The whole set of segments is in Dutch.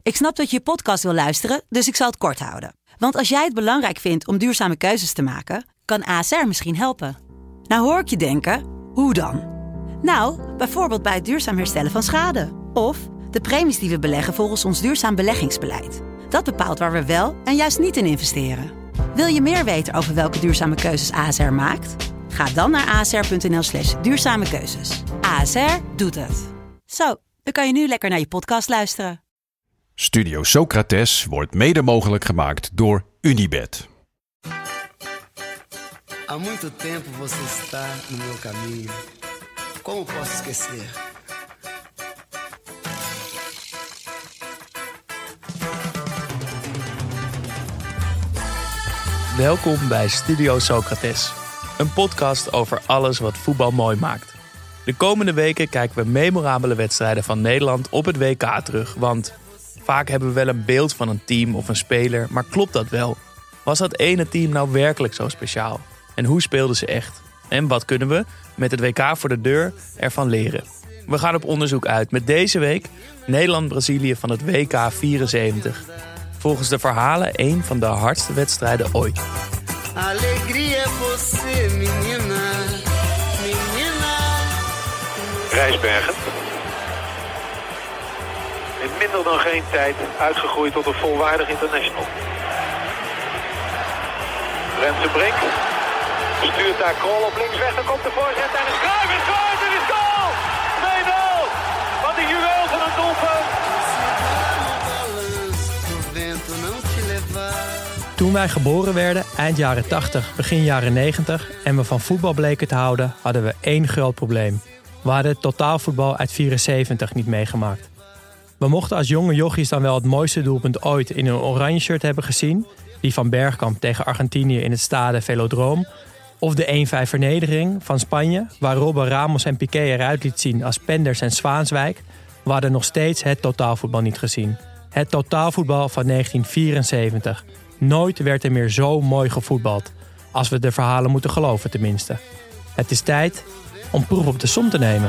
Ik snap dat je podcast wil luisteren, dus ik zal het kort houden. Want als jij het belangrijk vindt om duurzame keuzes te maken, kan ASR misschien helpen. Nou hoor ik je denken, hoe dan? Nou, bijvoorbeeld bij het duurzaam herstellen van schade. Of de premies die we beleggen volgens ons duurzaam beleggingsbeleid. Dat bepaalt waar we wel en juist niet in investeren. Wil je meer weten over welke duurzame keuzes ASR maakt? Ga dan naar asr.nl/duurzame keuzes. ASR doet het. Zo, dan kan je nu lekker naar je podcast luisteren. Studio Socrates wordt mede mogelijk gemaakt door Unibet. Há muito tempo você está no meu caminho. Como posso esquecer? Welkom bij Studio Socrates, een podcast over alles wat voetbal mooi maakt. De komende weken kijken we memorabele wedstrijden van Nederland op het WK terug. Want vaak hebben we wel een beeld van een team of een speler, maar klopt dat wel? Was dat ene team nou werkelijk zo speciaal? En hoe speelden ze echt? En wat kunnen we, met het WK voor de deur, ervan leren? We gaan op onderzoek uit met deze week Nederland-Brazilië van het WK 74. Volgens de verhalen een van de hardste wedstrijden ooit. Alegria é você, menina, menina. Rijsbergen. In minder dan geen tijd uitgegroeid tot een volwaardig international. Renze Brink stuurt daar Krol op links weg. Dan komt de voorzet en is Cruijff is goal. Het is goal! 2-0. Wat een juweel van een doelpunt. Toen wij geboren werden, eind jaren 80, begin jaren 90... en we van voetbal bleken te houden, hadden we één groot probleem. We hadden het totaalvoetbal uit 74 niet meegemaakt. We mochten als jonge jochies dan wel het mooiste doelpunt ooit in een oranje shirt hebben gezien, die van Bergkamp tegen Argentinië in het Stade Velodrome, of de 1-5 vernedering van Spanje, waar Robben, Ramos en Piqué eruit liet zien als Penders en Zwaanswijk. We hadden nog steeds het totaalvoetbal niet gezien. Het totaalvoetbal van 1974. Nooit werd er meer zo mooi gevoetbald. Als we de verhalen moeten geloven tenminste. Het is tijd om proef op de som te nemen.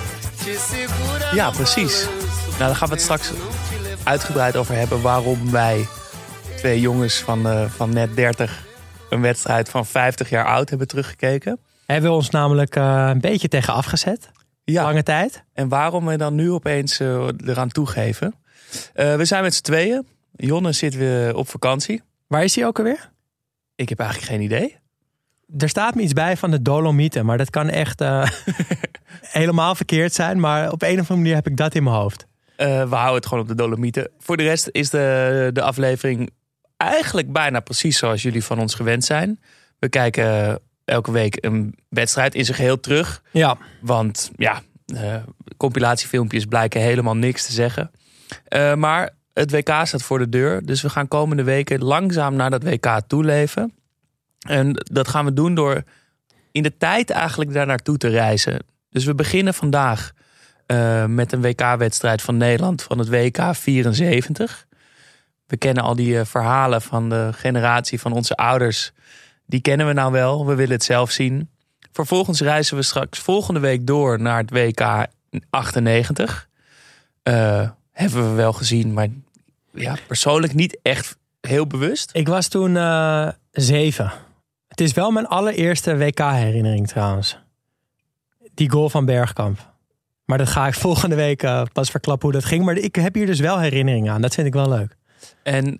Ja, precies. Nou, daar gaan we het straks uitgebreid over hebben waarom wij twee jongens van net 30 een wedstrijd van 50 jaar oud hebben teruggekeken. Hebben we ons namelijk een beetje tegen afgezet. Ja. Lange tijd. En waarom we dan nu opeens eraan toegeven. We zijn met z'n tweeën. Jonne zit weer op vakantie. Waar is hij ook alweer? Ik heb eigenlijk geen idee. Er staat me iets bij van de Dolomieten, maar dat kan echt helemaal verkeerd zijn. Maar op een of andere manier heb ik dat in mijn hoofd. We houden het gewoon op de Dolomieten. Voor de rest is de aflevering eigenlijk bijna precies zoals jullie van ons gewend zijn. We kijken elke week een wedstrijd in zijn geheel terug. Ja. Want ja, compilatiefilmpjes blijken helemaal niks te zeggen. Maar het WK staat voor de deur. Dus we gaan komende weken langzaam naar dat WK toeleven. En dat gaan we doen door in de tijd eigenlijk daar naartoe te reizen. Dus we beginnen vandaag met een WK-wedstrijd van Nederland van het WK 74. We kennen al die verhalen van de generatie van onze ouders. Die kennen we nou wel. We willen het zelf zien. Vervolgens reizen we straks volgende week door naar het WK 98. Hebben we wel gezien, maar ja, persoonlijk niet echt heel bewust. Ik was toen 7. Het is wel mijn allereerste WK-herinnering trouwens. Die goal van Bergkamp. Maar dat ga ik volgende week pas verklappen hoe dat ging. Maar ik heb hier dus wel herinneringen aan. Dat vind ik wel leuk. En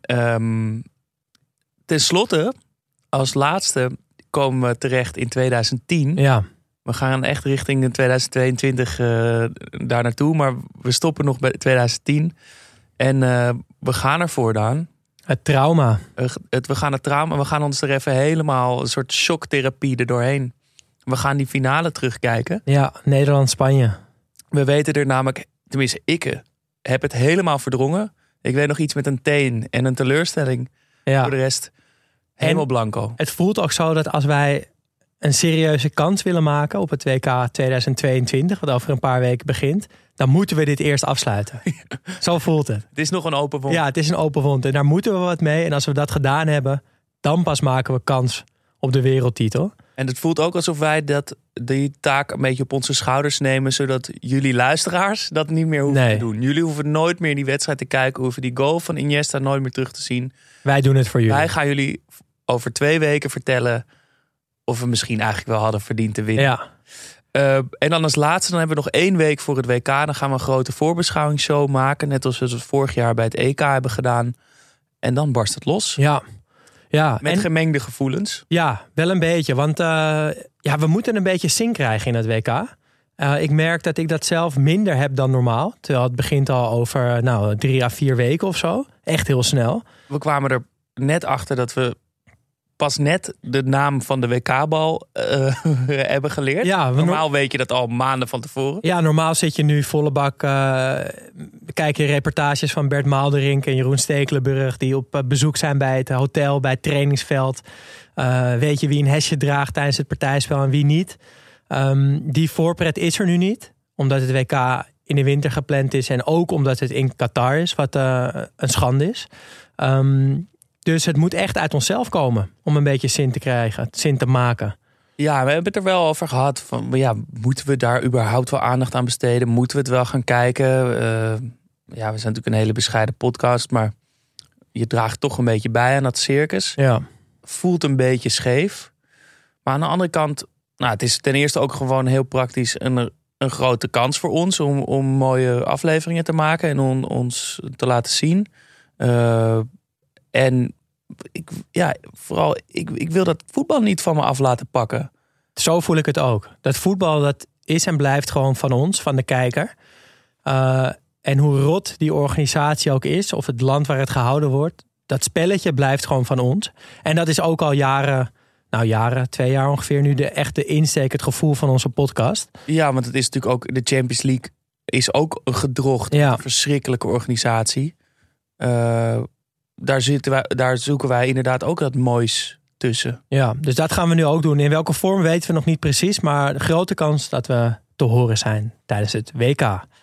tenslotte, als laatste komen we terecht in 2010. Ja. We gaan echt richting 2022 daar naartoe. Maar we stoppen nog bij 2010. En we gaan ervoor, Daan. Het trauma. We gaan het trauma. We gaan ons er even helemaal een soort shocktherapie erdoorheen. We gaan die finale terugkijken. Ja, Nederland-Spanje. We weten er namelijk, tenminste ik heb het helemaal verdrongen. Ik weet nog iets met een teen en een teleurstelling. Ja. Voor de rest helemaal blanco. Het voelt ook zo dat als wij een serieuze kans willen maken op het WK 2022, wat over een paar weken begint, dan moeten we dit eerst afsluiten. Zo voelt het. Het is nog een open wond. Ja, het is een open wond. En daar moeten we wat mee. En als we dat gedaan hebben, dan pas maken we kans op de wereldtitel. En het voelt ook alsof wij die taak een beetje op onze schouders nemen, zodat jullie luisteraars dat niet meer hoeven te doen. Jullie hoeven nooit meer die wedstrijd te kijken, hoeven die goal van Iniesta nooit meer terug te zien. Wij doen het voor jullie. Wij gaan jullie over 2 weken vertellen of we misschien eigenlijk wel hadden verdiend te winnen. Ja. En dan als laatste, dan hebben we nog 1 week voor het WK. Dan gaan we een grote voorbeschouwingsshow maken, net als we het vorig jaar bij het EK hebben gedaan. En dan barst het los. Ja, met gemengde gevoelens. Ja, wel een beetje. Want we moeten een beetje zin krijgen in het WK. Ik merk dat ik dat zelf minder heb dan normaal. Terwijl het begint al over 3 à 4 weken of zo. Echt heel snel. We kwamen er net achter dat we pas net de naam van de WK-bal hebben geleerd. Ja, normaal weet je dat al maanden van tevoren. Ja, normaal zit je nu volle bak. Kijk je reportages van Bert Maalderink en Jeroen Stekelenburg, die op bezoek zijn bij het hotel, bij het trainingsveld. Weet je wie een hesje draagt tijdens het partijspel en wie niet. Die voorpret is er nu niet. Omdat het WK in de winter gepland is. En ook omdat het in Qatar is, wat een schande is. Dus het moet echt uit onszelf komen om een beetje zin te krijgen, zin te maken. Ja, we hebben het er wel over gehad. Moeten we daar überhaupt wel aandacht aan besteden? Moeten we het wel gaan kijken? We zijn natuurlijk een hele bescheiden podcast, maar je draagt toch een beetje bij aan dat circus. Ja. Voelt een beetje scheef. Maar aan de andere kant, het is ten eerste ook gewoon heel praktisch een grote kans voor ons om mooie afleveringen te maken en ons te laten zien. En ik wil dat voetbal niet van me af laten pakken. Zo voel ik het ook. Dat voetbal, dat is en blijft gewoon van ons, van de kijker. En hoe rot die organisatie ook is, of het land waar het gehouden wordt, dat spelletje blijft gewoon van ons. En dat is ook al jaren, 2 jaar ongeveer nu de echte insteek, het gevoel van onze podcast. Ja, want het is natuurlijk ook, de Champions League is ook een gedrocht, een verschrikkelijke organisatie. Daar zoeken wij inderdaad ook wat moois tussen. Ja, dus dat gaan we nu ook doen. In welke vorm weten we nog niet precies, maar de grote kans dat we te horen zijn tijdens het WK.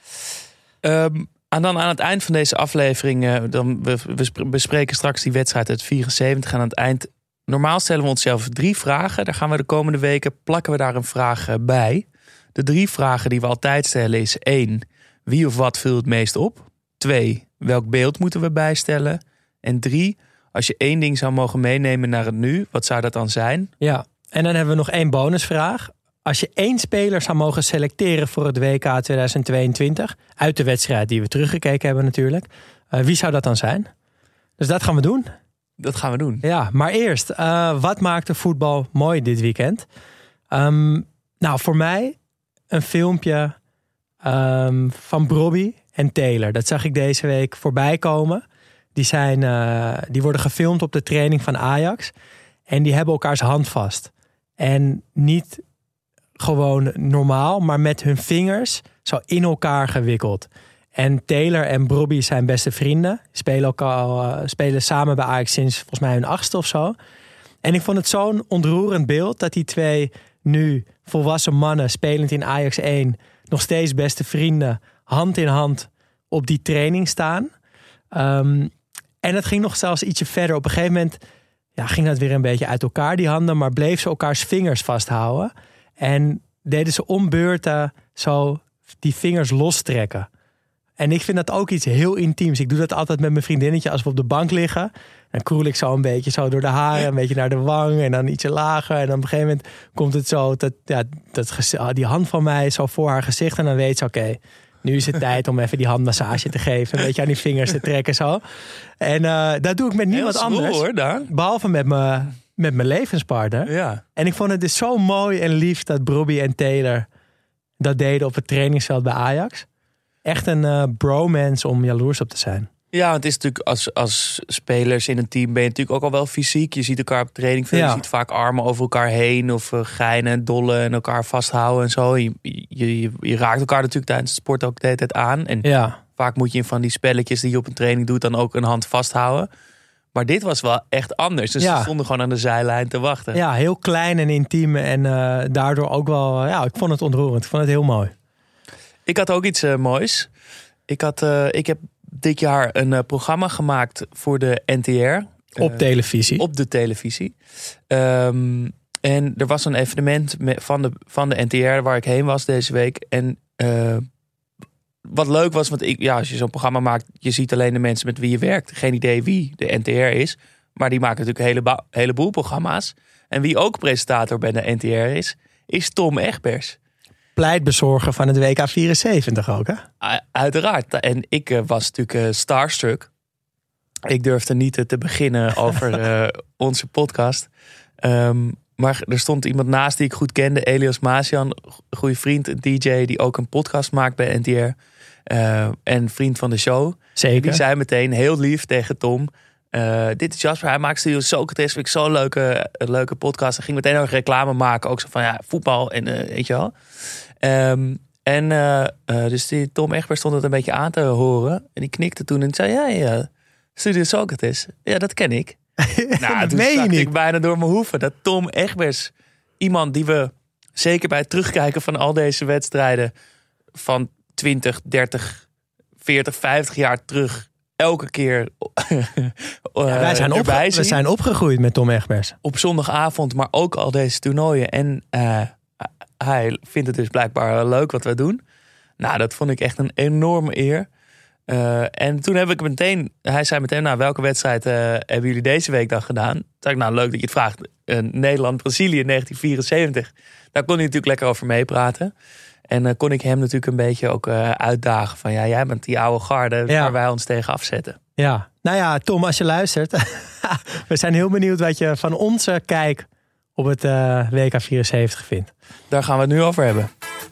En dan aan het eind van deze aflevering, we bespreken straks die wedstrijd uit 74. En aan het eind, normaal stellen we onszelf 3 vragen. Daar gaan we de komende weken, plakken we daar een vraag bij. De 3 vragen die we altijd stellen is: 1, wie of wat viel het meest op? 2, welk beeld moeten we bijstellen? En 3, als je 1 ding zou mogen meenemen naar het nu, wat zou dat dan zijn? Ja, en dan hebben we nog 1 bonusvraag. Als je 1 speler zou mogen selecteren voor het WK 2022... uit de wedstrijd die we teruggekeken hebben natuurlijk, wie zou dat dan zijn? Dus dat gaan we doen. Dat gaan we doen. Ja, maar eerst, wat maakte voetbal mooi dit weekend? Voor mij een filmpje van Brobby en Taylor. Dat zag ik deze week voorbij komen. Die worden gefilmd op de training van Ajax. En die hebben elkaars hand vast. En niet gewoon normaal, maar met hun vingers zo in elkaar gewikkeld. En Taylor en Brobby zijn beste vrienden. Spelen samen bij Ajax sinds volgens mij hun 8e of zo. En ik vond het zo'n ontroerend beeld dat die 2 nu volwassen mannen spelend in Ajax 1... nog steeds beste vrienden, hand in hand op die training staan. En het ging nog zelfs ietsje verder. Op een gegeven moment ging dat weer een beetje uit elkaar, die handen, maar bleef ze elkaars vingers vasthouden. En deden ze om beurten zo die vingers lostrekken. En ik vind dat ook iets heel intiems. Ik doe dat altijd met mijn vriendinnetje als we op de bank liggen. Dan kroel ik zo een beetje zo door de haren, een beetje naar de wang en dan ietsje lager. En dan op een gegeven moment komt het zo, die hand van mij zo voor haar gezicht. En dan weet ze, oké, nu is het tijd om even die handmassage te geven. Een beetje aan die vingers te trekken zo. En dat doe ik met niemand anders. Hoor, behalve met mijn levenspartner. Ja. En ik vond het dus zo mooi en lief dat Brobby en Taylor dat deden op het trainingsveld bij Ajax. Echt een bromance om jaloers op te zijn. Ja, het is natuurlijk als spelers in een team ben je natuurlijk ook al wel fysiek. Je ziet elkaar op trainingveld, je ziet vaak armen over elkaar heen of geinen en dollen en elkaar vasthouden en zo. Je raakt elkaar natuurlijk tijdens het sport ook de hele tijd aan. En vaak moet je in van die spelletjes die je op een training doet dan ook een hand vasthouden. Maar dit was wel echt anders. Dus ze stonden gewoon aan de zijlijn te wachten. Ja, heel klein en intiem en daardoor ook wel, ik vond het ontroerend. Ik vond het heel mooi. Ik had ook iets moois. Ik heb dit jaar een programma gemaakt voor de NTR. Op televisie. Op de televisie. En er was een evenement van de NTR waar ik heen was deze week. En wat leuk was, want als je zo'n programma maakt, je ziet alleen de mensen met wie je werkt. Geen idee wie de NTR is. Maar die maken natuurlijk een heleboel programma's. En wie ook presentator bij de NTR is Tom Egbers. Pleitbezorger van het WK 74 ook, hè? Uiteraard. En ik was natuurlijk starstruck. Ik durfde niet te beginnen over onze podcast. Maar er stond iemand naast die ik goed kende. Elias Maasjan, een goede vriend, een DJ die ook een podcast maakt bij NTR. En vriend van de show. Zeker. Die zei meteen heel lief tegen Tom: dit is Jasper, hij maakt Studio Socrates. Vind ik zo'n leuke podcast. Hij ging meteen ook reclame maken. Ook zo van voetbal en weet je wel. Dus die Tom Egbers stond het een beetje aan te horen. En die knikte toen en zei: ja, Studio Socrates. Ja, dat ken ik. Nou, toen zag ik bijna door mijn hoeven dat Tom Egbers, iemand die we zeker bij het terugkijken van al deze wedstrijden van 20, 30, 40, 50 jaar terug elke keer we zijn opgegroeid met Tom Egbers. Op zondagavond, maar ook al deze toernooien. En hij vindt het dus blijkbaar leuk wat we doen. Nou, dat vond ik echt een enorme eer. En toen heb ik hij zei meteen, welke wedstrijd hebben jullie deze week dan gedaan? Toen zei ik, leuk dat je het vraagt. Nederland-Brazilië 1974. Daar kon hij natuurlijk lekker over meepraten. En kon ik hem natuurlijk een beetje ook uitdagen van, jij bent die oude garde waar wij ons tegen afzetten. Ja, nou ja, Tom, als je luistert. We zijn heel benieuwd wat je van onze kijk op het WK 74 vindt. Daar gaan we het nu over hebben.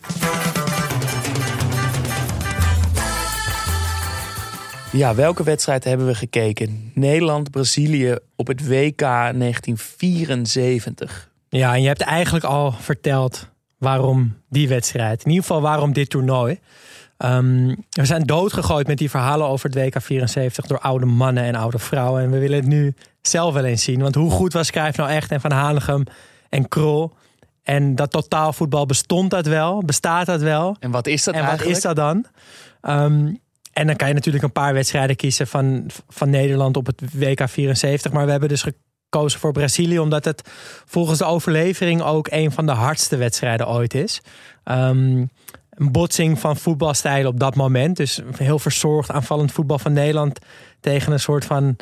Ja, welke wedstrijd hebben we gekeken? Nederland-Brazilië op het WK 1974. Ja, en je hebt eigenlijk al verteld waarom die wedstrijd. In ieder geval waarom dit toernooi. We zijn doodgegooid met die verhalen over het WK 74 door oude mannen en oude vrouwen. En we willen het nu zelf wel eens zien. Want hoe goed was Cruijff nou echt en Van Hanegem en Krol? En dat totaalvoetbal bestaat dat wel? En wat is dat eigenlijk? Wat is dat dan? En dan kan je natuurlijk een paar wedstrijden kiezen van Nederland op het WK 74. Maar we hebben dus gekozen voor Brazilië, omdat het volgens de overlevering ook een van de hardste wedstrijden ooit is. Een botsing van voetbalstijlen op dat moment. Dus heel verzorgd aanvallend voetbal van Nederland tegen een soort van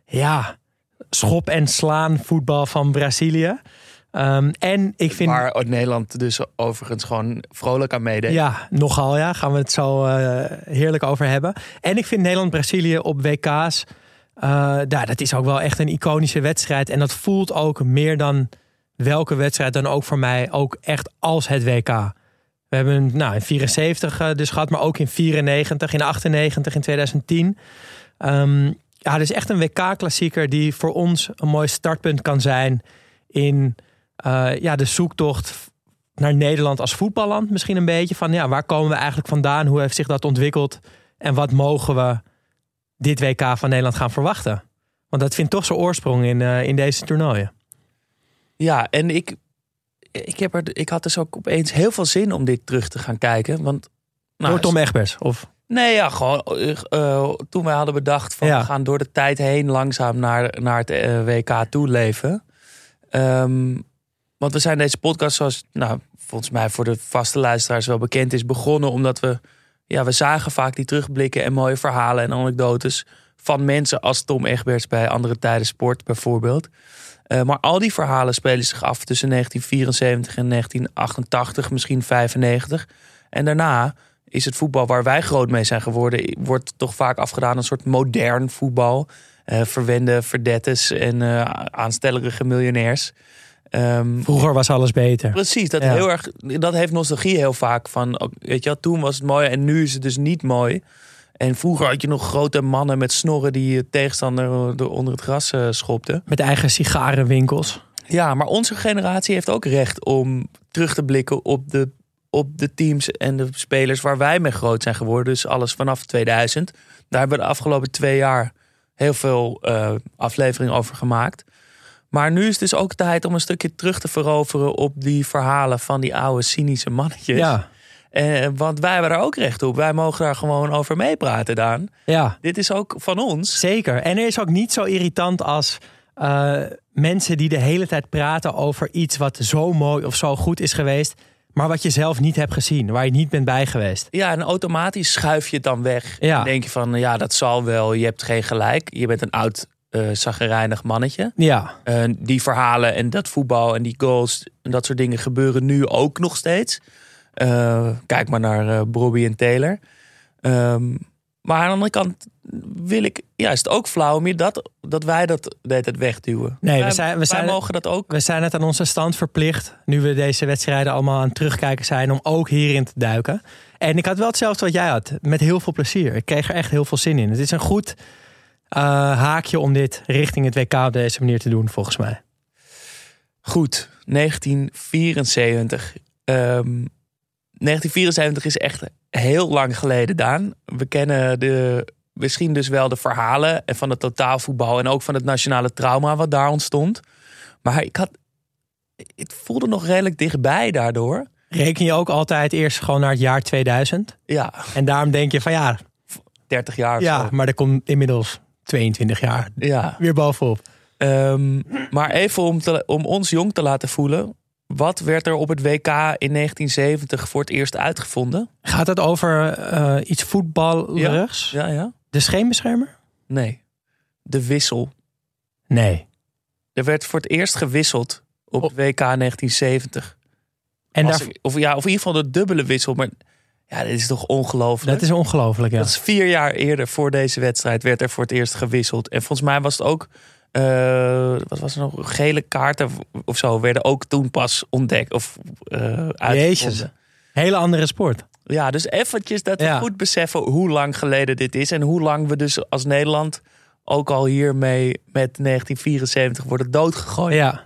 schop en slaan voetbal van Brazilië. En ik vind... Waar Nederland dus overigens gewoon vrolijk aan meedeed. Ja, nogal ja. Gaan we het zo heerlijk over hebben. En ik vind Nederland-Brazilië op WK's... dat is ook wel echt een iconische wedstrijd. En dat voelt ook meer dan welke wedstrijd dan ook voor mij ook echt als het WK. We hebben in 74 dus gehad, maar ook in 94, in 98, in 2010. Het is echt een WK-klassieker die voor ons een mooi startpunt kan zijn in de zoektocht naar Nederland als voetballand. Misschien een beetje van waar komen we eigenlijk vandaan? Hoe heeft zich dat ontwikkeld? En wat mogen we dit WK van Nederland gaan verwachten? Want dat vindt toch zijn oorsprong in deze toernooien. Ja, en ik had dus ook opeens heel veel zin om dit terug te gaan kijken. Want, door Tom Egbers? Of? Nee, gewoon toen wij hadden bedacht van we gaan door de tijd heen langzaam naar het WK toe leven. Want we zijn deze podcast, zoals volgens mij voor de vaste luisteraars wel bekend is, begonnen omdat we zagen vaak die terugblikken en mooie verhalen en anekdotes van mensen als Tom Egbers bij Andere Tijden Sport bijvoorbeeld. Maar al die verhalen spelen zich af tussen 1974 en 1988, misschien 95. En daarna is het voetbal waar wij groot mee zijn geworden, wordt toch vaak afgedaan een soort modern voetbal. Verwende verdettes en aanstellerige miljonairs. Vroeger was alles beter. Precies, dat heeft nostalgie heel vaak van, weet je wel, toen was het mooi en nu is het dus niet mooi. En vroeger had je nog grote mannen met snorren die je tegenstander onder het gras schopten. Met eigen sigarenwinkels. Ja, maar onze generatie heeft ook recht om terug te blikken op de teams en de spelers waar wij mee groot zijn geworden. Dus alles vanaf 2000. Daar hebben we de afgelopen 2 jaar heel veel afleveringen over gemaakt. Maar nu is het dus ook tijd om een stukje terug te veroveren op die verhalen van die oude cynische mannetjes. Ja. Want wij hebben daar ook recht op. Wij mogen daar gewoon over meepraten, Daan. Ja. Dit is ook van ons. Zeker. En er is ook niet zo irritant als mensen die de hele tijd praten over iets wat zo mooi of zo goed is geweest, maar wat je zelf niet hebt gezien, waar je niet bent bij geweest. Ja, en automatisch schuif je het dan weg. Ja. Dan denk je van, ja, dat zal wel. Je hebt geen gelijk. Je bent een oud, chagrijnig mannetje. Ja. Die verhalen en dat voetbal en die goals en dat soort dingen gebeuren nu ook nog steeds. Kijk maar naar Bobby en Taylor. Maar aan de andere kant is het ook flauw om je dat wij dat de hele tijd wegduwen. Nee, wij mogen dat ook. We zijn het aan onze stand verplicht, nu we deze wedstrijden allemaal aan het terugkijken zijn, om ook hierin te duiken. En ik had wel hetzelfde wat jij had, met heel veel plezier. Ik kreeg er echt heel veel zin in. Het is een goed haakje om dit richting het WK op deze manier te doen, volgens mij. Goed, 1974. 1974 is echt heel lang geleden, Daan. We kennen misschien dus wel de verhalen van het totaalvoetbal en ook van het nationale trauma wat daar ontstond. Maar het voelde nog redelijk dichtbij daardoor. Reken je ook altijd eerst gewoon naar het jaar 2000? Ja. En daarom denk je van 30 jaar of ja, zo. maar er komt inmiddels 22 jaar weer bovenop. Maar even om ons jong te laten voelen. Wat werd er op het WK in 1970 voor het eerst uitgevonden? Gaat het over iets voetballerigs? Ja. De scheenbeschermer? Nee. De wissel. Nee. Er werd voor het eerst gewisseld op het WK 1970. Of in ieder geval de dubbele wissel. Maar ja, dit is toch ongelooflijk? Dat is ongelooflijk, ja. Dat is 4 jaar eerder voor deze wedstrijd werd er voor het eerst gewisseld. En volgens mij was het ook... wat was er nog? Gele kaarten of zo werden ook toen pas ontdekt of uitgevonden. Jezus. Hele andere sport. Ja, dus eventjes dat we goed beseffen hoe lang geleden dit is. En hoe lang we dus als Nederland ook al hiermee met 1974 worden doodgegooid. Ja.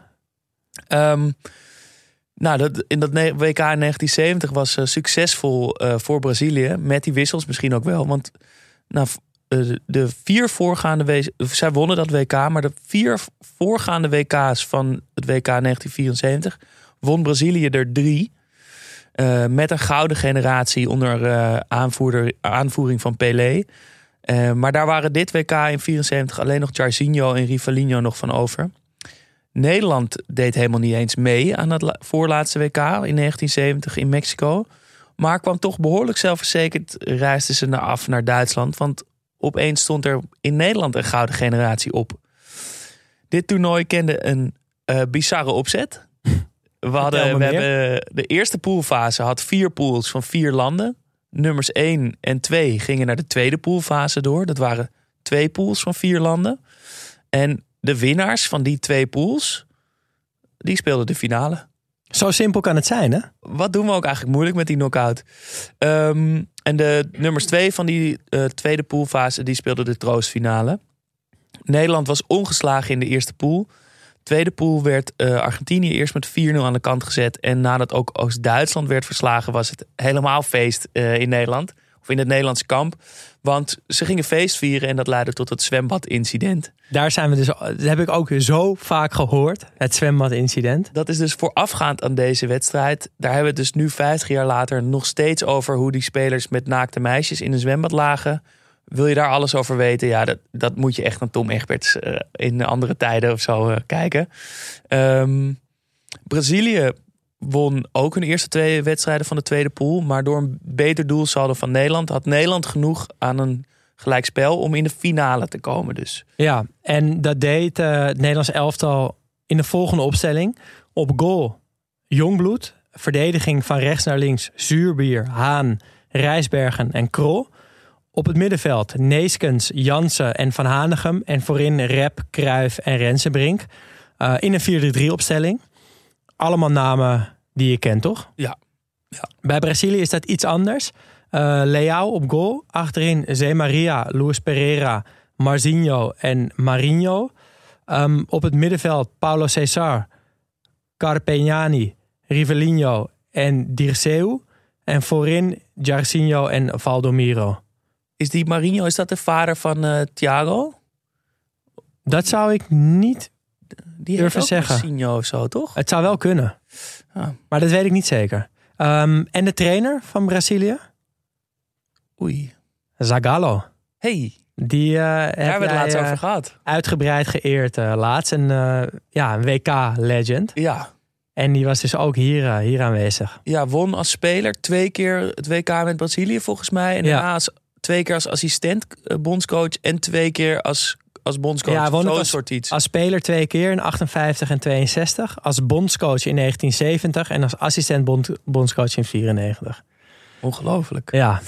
In dat WK in 1970 was succesvol voor Brazilië. Met die wissels misschien ook wel. Want de 4 voorgaande zij wonnen dat WK, maar de 4 voorgaande WK's van het WK 1974 won Brazilië er 3. Met een gouden generatie onder aanvoering van Pelé. Maar daar waren dit WK in 74 alleen nog Jairzinho en Rivelino nog van over. Nederland deed helemaal niet eens mee aan het voorlaatste WK in 1970 in Mexico. Maar kwam toch behoorlijk zelfverzekerd, reisden ze af naar Duitsland. Want opeens stond er in Nederland een gouden generatie op. Dit toernooi kende een bizarre opzet. We hebben de eerste poolfase had 4 pools van 4 landen. Nummers 1 en 2 gingen naar de tweede poolfase door. Dat waren 2 pools van 4 landen. En de winnaars van die 2 pools, die speelden de finale. Zo simpel kan het zijn, hè? Wat doen we ook eigenlijk moeilijk met die knock-out? En de nummers 2 van die tweede poolfase, die speelden de troostfinale. Nederland was ongeslagen in de eerste pool. Tweede pool werd Argentinië eerst met 4-0 aan de kant gezet. En nadat ook Oost-Duitsland werd verslagen, was het helemaal feest in Nederland. Of in het Nederlandse kamp. Want ze gingen feest vieren en dat leidde tot het zwembadincident. Dat heb ik ook zo vaak gehoord, het zwembadincident. Dat is dus voorafgaand aan deze wedstrijd. Daar hebben we het dus nu 50 jaar later nog steeds over hoe die spelers met naakte meisjes in een zwembad lagen. Wil je daar alles over weten? Ja, dat moet je echt naar Tom Egberts in andere tijden of zo kijken. Brazilië won ook hun eerste 2 wedstrijden van de tweede pool. Maar door een beter doelsaldo van Nederland had Nederland genoeg aan een gelijkspel om in de finale te komen dus. Ja, en dat deed het Nederlands elftal in de volgende opstelling. Op goal Jongbloed. Verdediging van rechts naar links Zuurbier, Haan, Rijsbergen en Krol. Op het middenveld Neeskens, Jansen en Van Hanegem. En voorin Rep, Cruijff en Rensenbrink. In een 4-3-3 opstelling. Allemaal namen die je kent, toch? Ja. Bij Brazilië is dat iets anders. Leao op goal. Achterin Zé Maria, Luis Pereira, Marzinho en Marinho. Op het middenveld Paulo César, Carpegiani, Rivelino en Dirceu. En voorin Jairzinho en Valdomiro. Is die Marinho, is dat de vader van Thiago? Dat zou ik niet Die durven heeft ook zeggen. Marcinho of zo, toch? Het zou wel kunnen. Ah. Maar dat weet ik niet zeker. En de trainer van Brazilië? Oei. Zagallo. Hey. Die Daar hebben we het laatst over gehad. Uitgebreid geëerd laatst. Een WK-legend. Ja. En die was dus ook hier aanwezig. Ja, won als speler 2 keer het WK met Brazilië volgens mij. En daarna 2 keer als assistent bondscoach en 2 keer als bondscoach. Ja, won zo'n soort iets. Als speler 2 keer in 58 en 62. Als bondscoach in 1970 en als assistent bondscoach in 94. Ongelooflijk. Ja.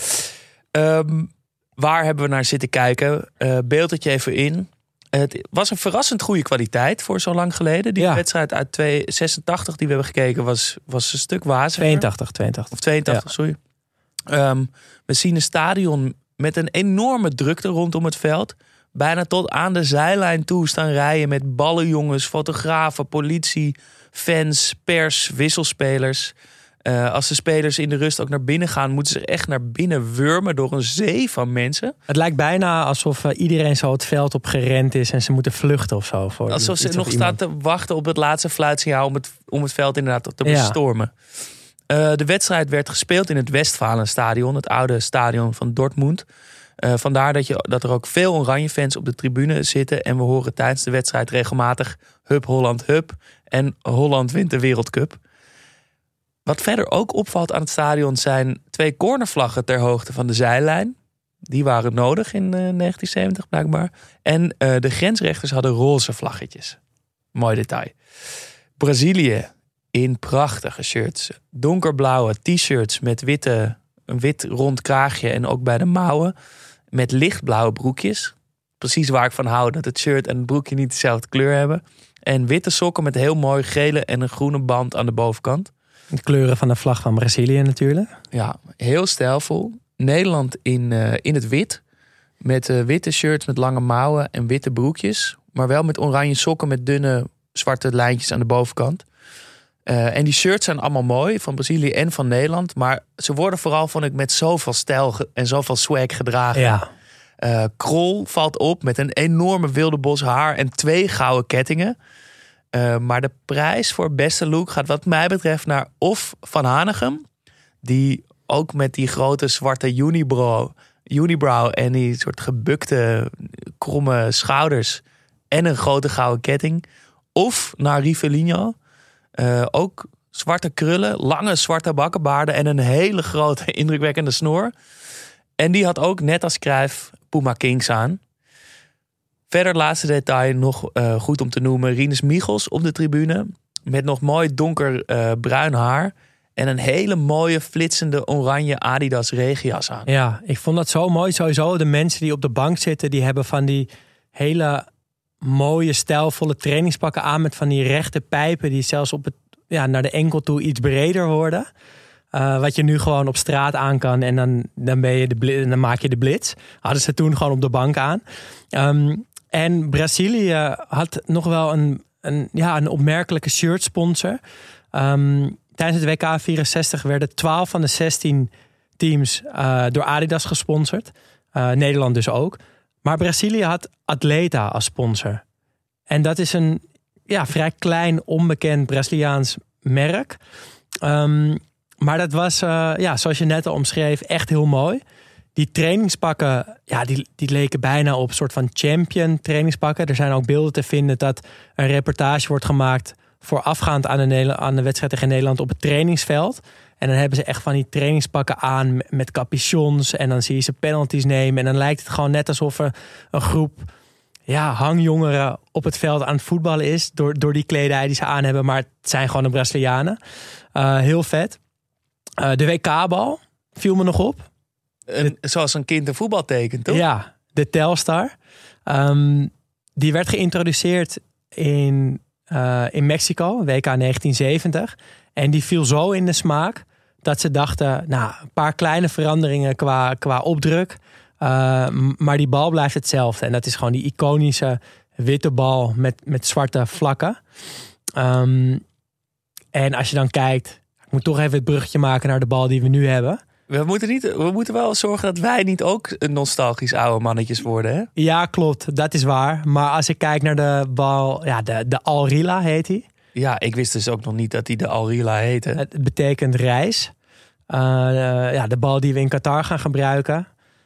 Waar hebben we naar zitten kijken? Beeld het je even in. Het was een verrassend goede kwaliteit voor zo lang geleden. Die wedstrijd uit 86 die we hebben gekeken was een stuk waziger. 82, sorry. We zien een stadion met een enorme drukte rondom het veld. Bijna tot aan de zijlijn toe staan rijen met ballenjongens, fotografen, politie, fans, pers, wisselspelers. Als de spelers in de rust ook naar binnen gaan, moeten ze echt naar binnen wurmen door een zee van mensen. Het lijkt bijna alsof iedereen zo het veld op gerend is en ze moeten vluchten of zo. Alsof ze nog staan te wachten op het laatste fluitsignaal om het veld inderdaad te bestormen. De wedstrijd werd gespeeld in het Westfalenstadion, het oude stadion van Dortmund. Vandaar dat er ook veel Oranje-fans op de tribune zitten. En we horen tijdens de wedstrijd regelmatig Hup Holland Hup en Holland wint de Wereldcup. Wat verder ook opvalt aan het stadion zijn 2 cornervlaggen ter hoogte van de zijlijn. Die waren nodig in 1970 blijkbaar. En de grensrechters hadden roze vlaggetjes. Mooi detail. Brazilië in prachtige shirts. Donkerblauwe t-shirts met een wit rond kraagje en ook bij de mouwen. Met lichtblauwe broekjes. Precies waar ik van hou, dat het shirt en het broekje niet dezelfde kleur hebben. En witte sokken met heel mooi gele en een groene band aan de bovenkant. De kleuren van de vlag van Brazilië natuurlijk. Ja, heel stijlvol. Nederland in het wit. Met witte shirts met lange mouwen en witte broekjes. Maar wel met oranje sokken met dunne zwarte lijntjes aan de bovenkant. En die shirts zijn allemaal mooi, van Brazilië en van Nederland. Maar ze worden vooral, vond ik, met zoveel stijl en zoveel swag gedragen. Ja. Krol valt op met een enorme wilde bos haar en 2 gouden kettingen. Maar de prijs voor beste look gaat wat mij betreft naar of Van Hanegem, die ook met die grote zwarte unibrow en die soort gebukte kromme schouders en een grote gouden ketting. Of naar Rivellino. Ook zwarte krullen, lange zwarte bakkenbaarden en een hele grote indrukwekkende snor. En die had ook net als Cruijff Puma Kings aan. Verder laatste detail nog goed om te noemen. Rinus Michels op de tribune. Met nog mooi donker bruin haar. En een hele mooie flitsende oranje Adidas regenjas aan. Ja, ik vond dat zo mooi. Sowieso de mensen die op de bank zitten, die hebben van die hele mooie stijlvolle trainingspakken aan. Met van die rechte pijpen die zelfs op naar de enkel toe iets breder worden. Wat je nu gewoon op straat aan kan en dan dan maak je de blitz. Hadden ze toen gewoon op de bank aan. En Brazilië had nog wel een opmerkelijke shirtsponsor. Tijdens het WK 64 werden 12 van de 16 teams door Adidas gesponsord. Nederland dus ook. Maar Brazilië had Atleta als sponsor. En dat is een vrij klein, onbekend Braziliaans merk. Maar dat was, zoals je net al omschreef, echt heel mooi. Die trainingspakken, die leken bijna op een soort van champion trainingspakken. Er zijn ook beelden te vinden dat een reportage wordt gemaakt voorafgaand aan de wedstrijd tegen Nederland op het trainingsveld. En dan hebben ze echt van die trainingspakken aan met capuchons. En dan zie je ze penalties nemen. En dan lijkt het gewoon net alsof er een groep hangjongeren op het veld aan het voetballen is. Door die kledij die ze aan hebben. Maar het zijn gewoon de Brazilianen. Heel vet. De WK-bal viel me nog op. Zoals een kind een voetbal tekent, toch? Ja, de Telstar. Die werd geïntroduceerd in Mexico, WK 1970. En die viel zo in de smaak dat ze dachten, een paar kleine veranderingen qua opdruk. Maar die bal blijft hetzelfde. En dat is gewoon die iconische witte bal met zwarte vlakken. En als je dan kijkt, ik moet toch even het bruggetje maken naar de bal die we nu hebben. We moeten wel zorgen dat wij niet ook nostalgisch oude mannetjes worden, hè? Ja, klopt. Dat is waar. Maar als ik kijk naar de bal, de Al Rila heet hij. Ja, ik wist dus ook nog niet dat hij de Al Rila heette. Het betekent reis. De bal die we in Qatar gaan gebruiken.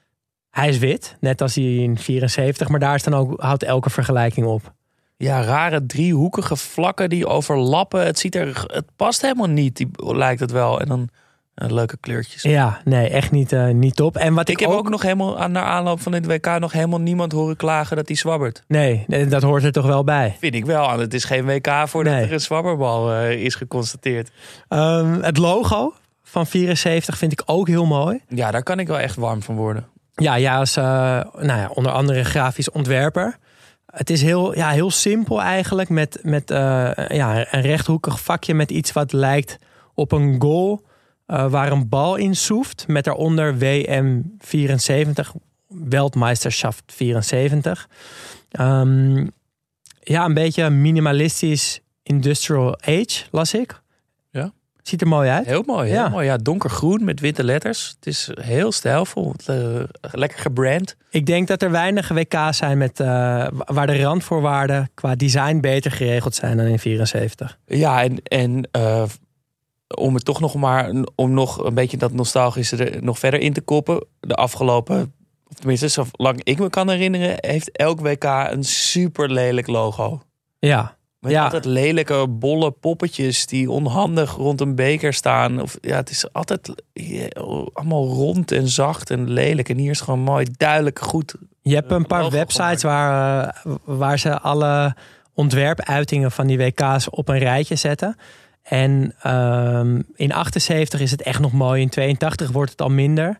Hij is wit, net als hij in 74. Maar daar is dan ook, houdt elke vergelijking op. Ja, rare driehoekige vlakken die overlappen. Het past helemaal niet, lijkt het wel. En dan leuke kleurtjes. Ja, nee, echt niet top. En wat ik heb ook nog helemaal naar aanloop van dit WK nog helemaal niemand horen klagen dat hij zwabbert. Nee, dat hoort er toch wel bij. Vind ik wel. Het is geen WK voordat er een zwabberbal is geconstateerd. Het logo van 74 vind ik ook heel mooi. Ja, daar kan ik wel echt warm van worden. Ja, als onder andere grafisch ontwerper. Het is heel simpel eigenlijk. Met een rechthoekig vakje met iets wat lijkt op een goal. Waar een bal in soeft. Met daaronder WM 74. Weltmeisterschaft 74. Een beetje minimalistisch industrial age, las ik. Ja. Ziet er mooi uit. Heel mooi. Heel mooi. Ja, donkergroen met witte letters. Het is heel stijlvol. Lekker gebrand. Ik denk dat er weinig WK's zijn met waar de randvoorwaarden qua design beter geregeld zijn dan in 74. Ja, en om het toch om nog een beetje dat nostalgische er nog verder in te koppen. De afgelopen, of tenminste zolang ik me kan herinneren, heeft elk WK een super lelijk logo. Ja. Met altijd lelijke, bolle poppetjes die onhandig rond een beker staan. Het is altijd allemaal rond en zacht en lelijk. En hier is gewoon mooi, duidelijk, goed. Je hebt een paar websites waar ze alle ontwerpuitingen van die WK's op een rijtje zetten. En in 78 is het echt nog mooi. In 82 wordt het al minder.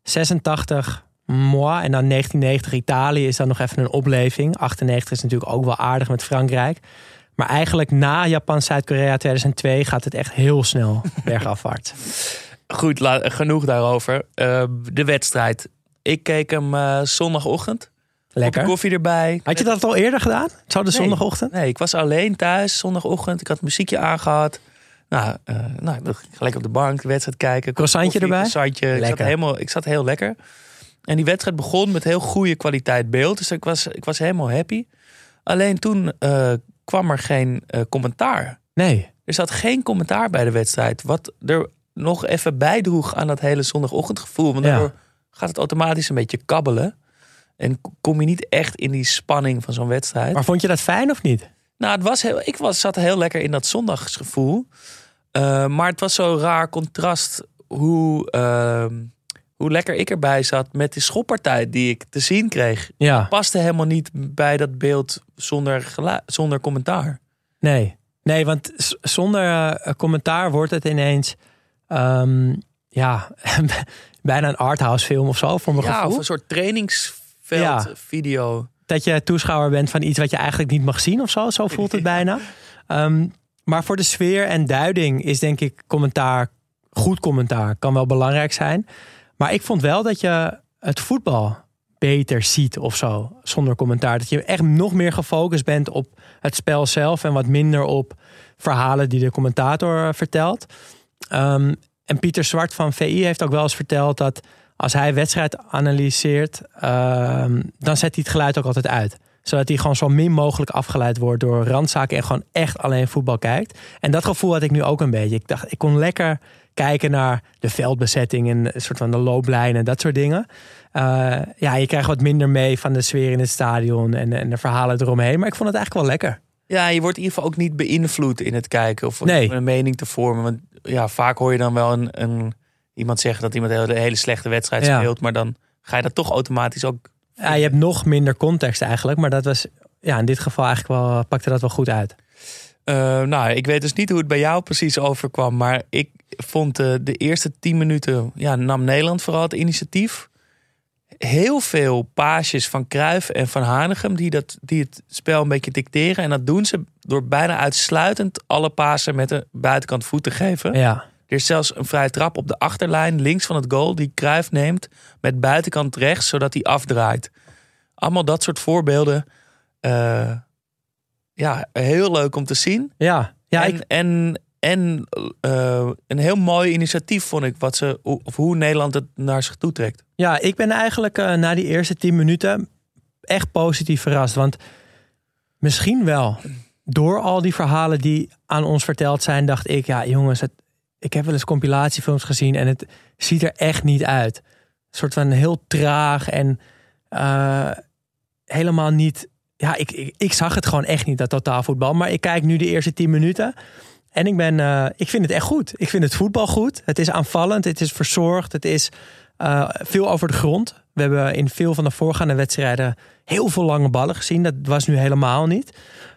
86 moi. En dan 1990 Italië is dan nog even een opleving. 98 is natuurlijk ook wel aardig met Frankrijk. Maar eigenlijk na Japan-Zuid-Korea 2002 gaat het echt heel snel bergafwaarts. Goed, genoeg daarover. De wedstrijd. Ik keek hem zondagochtend. Lekker. Koffie erbij. Had je dat al eerder gedaan? Zondagochtend? Nee, ik was alleen thuis zondagochtend. Ik had muziekje aangehad. Gelijk op de bank, de wedstrijd kijken. Croissantje erbij? Croissantje. Ik zat heel lekker. En die wedstrijd begon met heel goede kwaliteit beeld. Dus ik was helemaal happy. Alleen toen kwam er geen commentaar. Nee. Er zat geen commentaar bij de wedstrijd. Wat er nog even bijdroeg aan dat hele zondagochtendgevoel. Want daardoor gaat het automatisch een beetje kabbelen. En kom je niet echt in die spanning van zo'n wedstrijd. Maar vond je dat fijn of niet? Nou, zat heel lekker in dat zondagsgevoel. Maar het was zo'n raar contrast hoe lekker ik erbij zat met die schoppartij die ik te zien kreeg. Ja. Het paste helemaal niet bij dat beeld zonder commentaar. Nee, want zonder commentaar wordt het ineens bijna een arthouse film of zo voor mijn gevoel. Of een soort trainingsveld video. Dat je toeschouwer bent van iets wat je eigenlijk niet mag zien of zo. Zo voelt het bijna. Maar voor de sfeer en duiding is denk ik goed commentaar kan wel belangrijk zijn. Maar ik vond wel dat je het voetbal beter ziet of zo, zonder commentaar. Dat je echt nog meer gefocust bent op het spel zelf en wat minder op verhalen die de commentator vertelt. En Pieter Zwart van VI heeft ook wel eens verteld dat als hij wedstrijd analyseert, dan zet hij het geluid ook altijd uit. Zodat hij gewoon zo min mogelijk afgeleid wordt door randzaken en gewoon echt alleen voetbal kijkt. En dat gevoel had ik nu ook een beetje. Ik dacht, ik kon lekker kijken naar de veldbezetting en een soort van de looplijn en dat soort dingen. Je krijgt wat minder mee van de sfeer in het stadion en de verhalen eromheen. Maar ik vond het eigenlijk wel lekker. Ja, je wordt in ieder geval ook niet beïnvloed in het kijken of een mening te vormen. Want vaak hoor je dan wel iemand zeggen dat iemand een hele slechte wedstrijd speelt. Maar dan ga je dat toch automatisch ook. Ja, je hebt nog minder context eigenlijk. Maar dat was in dit geval eigenlijk wel, pakte dat wel goed uit. Ik weet dus niet hoe het bij jou precies overkwam. Maar ik vond de eerste 10 minuten nam Nederland vooral het initiatief. Heel veel paasjes van Cruijff en van Hanegem die het spel een beetje dicteren. En dat doen ze door bijna uitsluitend alle pasen met de buitenkant voet te geven. Ja. Er is zelfs een vrije trap op de achterlijn links van het goal die Cruijff neemt met buitenkant rechts, zodat hij afdraait. Allemaal dat soort voorbeelden. Heel leuk om te zien. Ja. En een heel mooi initiatief vond ik hoe Nederland het naar zich toe trekt. Ja, ik ben eigenlijk na die eerste 10 minuten echt positief verrast. Want misschien wel door al die verhalen die aan ons verteld zijn, dacht ik, jongens, ik heb wel eens compilatiefilms gezien en het ziet er echt niet uit soort van heel traag en helemaal niet... Ja, ik zag het gewoon echt niet, dat totaalvoetbal. Maar ik kijk nu de eerste 10 minuten en ik vind het echt goed. Ik vind het voetbal goed. Het is aanvallend, het is verzorgd, het is veel over de grond. We hebben in veel van de voorgaande wedstrijden heel veel lange ballen gezien. Dat was nu helemaal niet.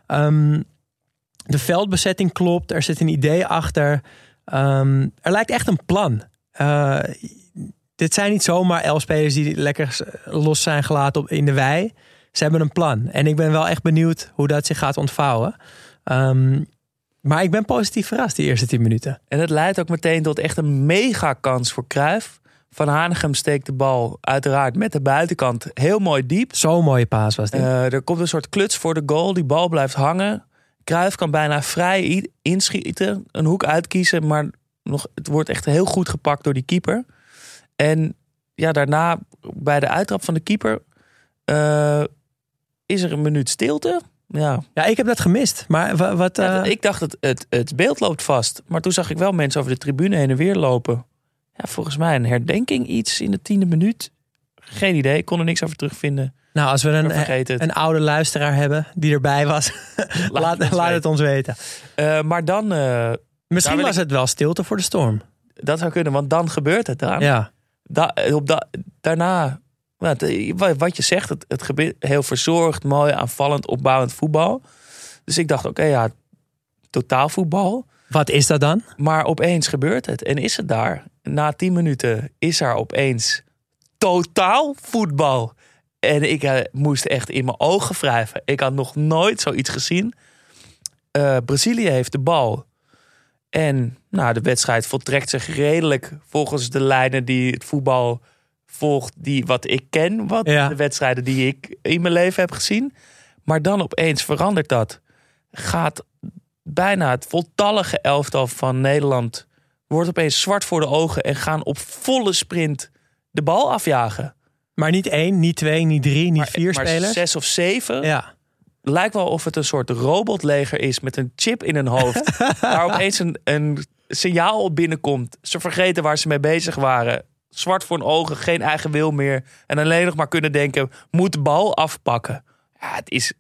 De veldbezetting klopt, er zit een idee achter. Er lijkt echt een plan. Dit zijn niet zomaar 11 spelers die lekker los zijn gelaten in de wei. Ze hebben een plan. En ik ben wel echt benieuwd hoe dat zich gaat ontvouwen. Maar ik ben positief verrast die eerste 10 minuten. En het leidt ook meteen tot echt een mega kans voor Cruijff. Van Hanegem steekt de bal uiteraard met de buitenkant heel mooi diep. Zo'n mooie paas was dit. Er komt een soort kluts voor de goal. Die bal blijft hangen. Cruijff kan bijna vrij inschieten. Een hoek uitkiezen. Maar het wordt echt heel goed gepakt door die keeper. En ja, daarna bij de uittrap van de keeper... is er een minuut stilte. Ja, ik heb dat gemist. Maar wat? Ik dacht het beeld loopt vast. Maar toen zag ik wel mensen over de tribune heen en weer lopen. Ja, volgens mij een herdenking iets in de 10e minuut. Geen idee, ik kon er niks over terugvinden. Nou, als we een oude luisteraar hebben die erbij was, laat het ons weten. Maar dan... Misschien was het wel stilte voor de storm. Dat zou kunnen, want dan gebeurt het dan. Ja. Daarna... Wat je zegt, het gebeurt heel verzorgd, mooi, aanvallend, opbouwend voetbal. Dus ik dacht, oké, totaalvoetbal. Wat is dat dan? Maar opeens gebeurt het en is het daar. Na 10 minuten is er opeens totaalvoetbal. En ik moest echt in mijn ogen wrijven. Ik had nog nooit zoiets gezien. Brazilië heeft de bal. En de wedstrijd voltrekt zich redelijk volgens de lijnen die het voetbal... volgt wat ik ken, de wedstrijden die ik in mijn leven heb gezien. Maar dan opeens verandert dat. Gaat bijna het voltallige elftal van Nederland... wordt opeens zwart voor de ogen... en gaan op volle sprint de bal afjagen. Maar niet 1, niet 2, niet 3, niet 4 spelers? Maar 6 of 7. Ja. Lijkt wel of het een soort robotleger is... met een chip in hun hoofd. Waar opeens een signaal op binnenkomt. Ze vergeten waar ze mee bezig waren... Zwart voor hun ogen, geen eigen wil meer. En alleen nog maar kunnen denken, moet de bal afpakken. Ja, het is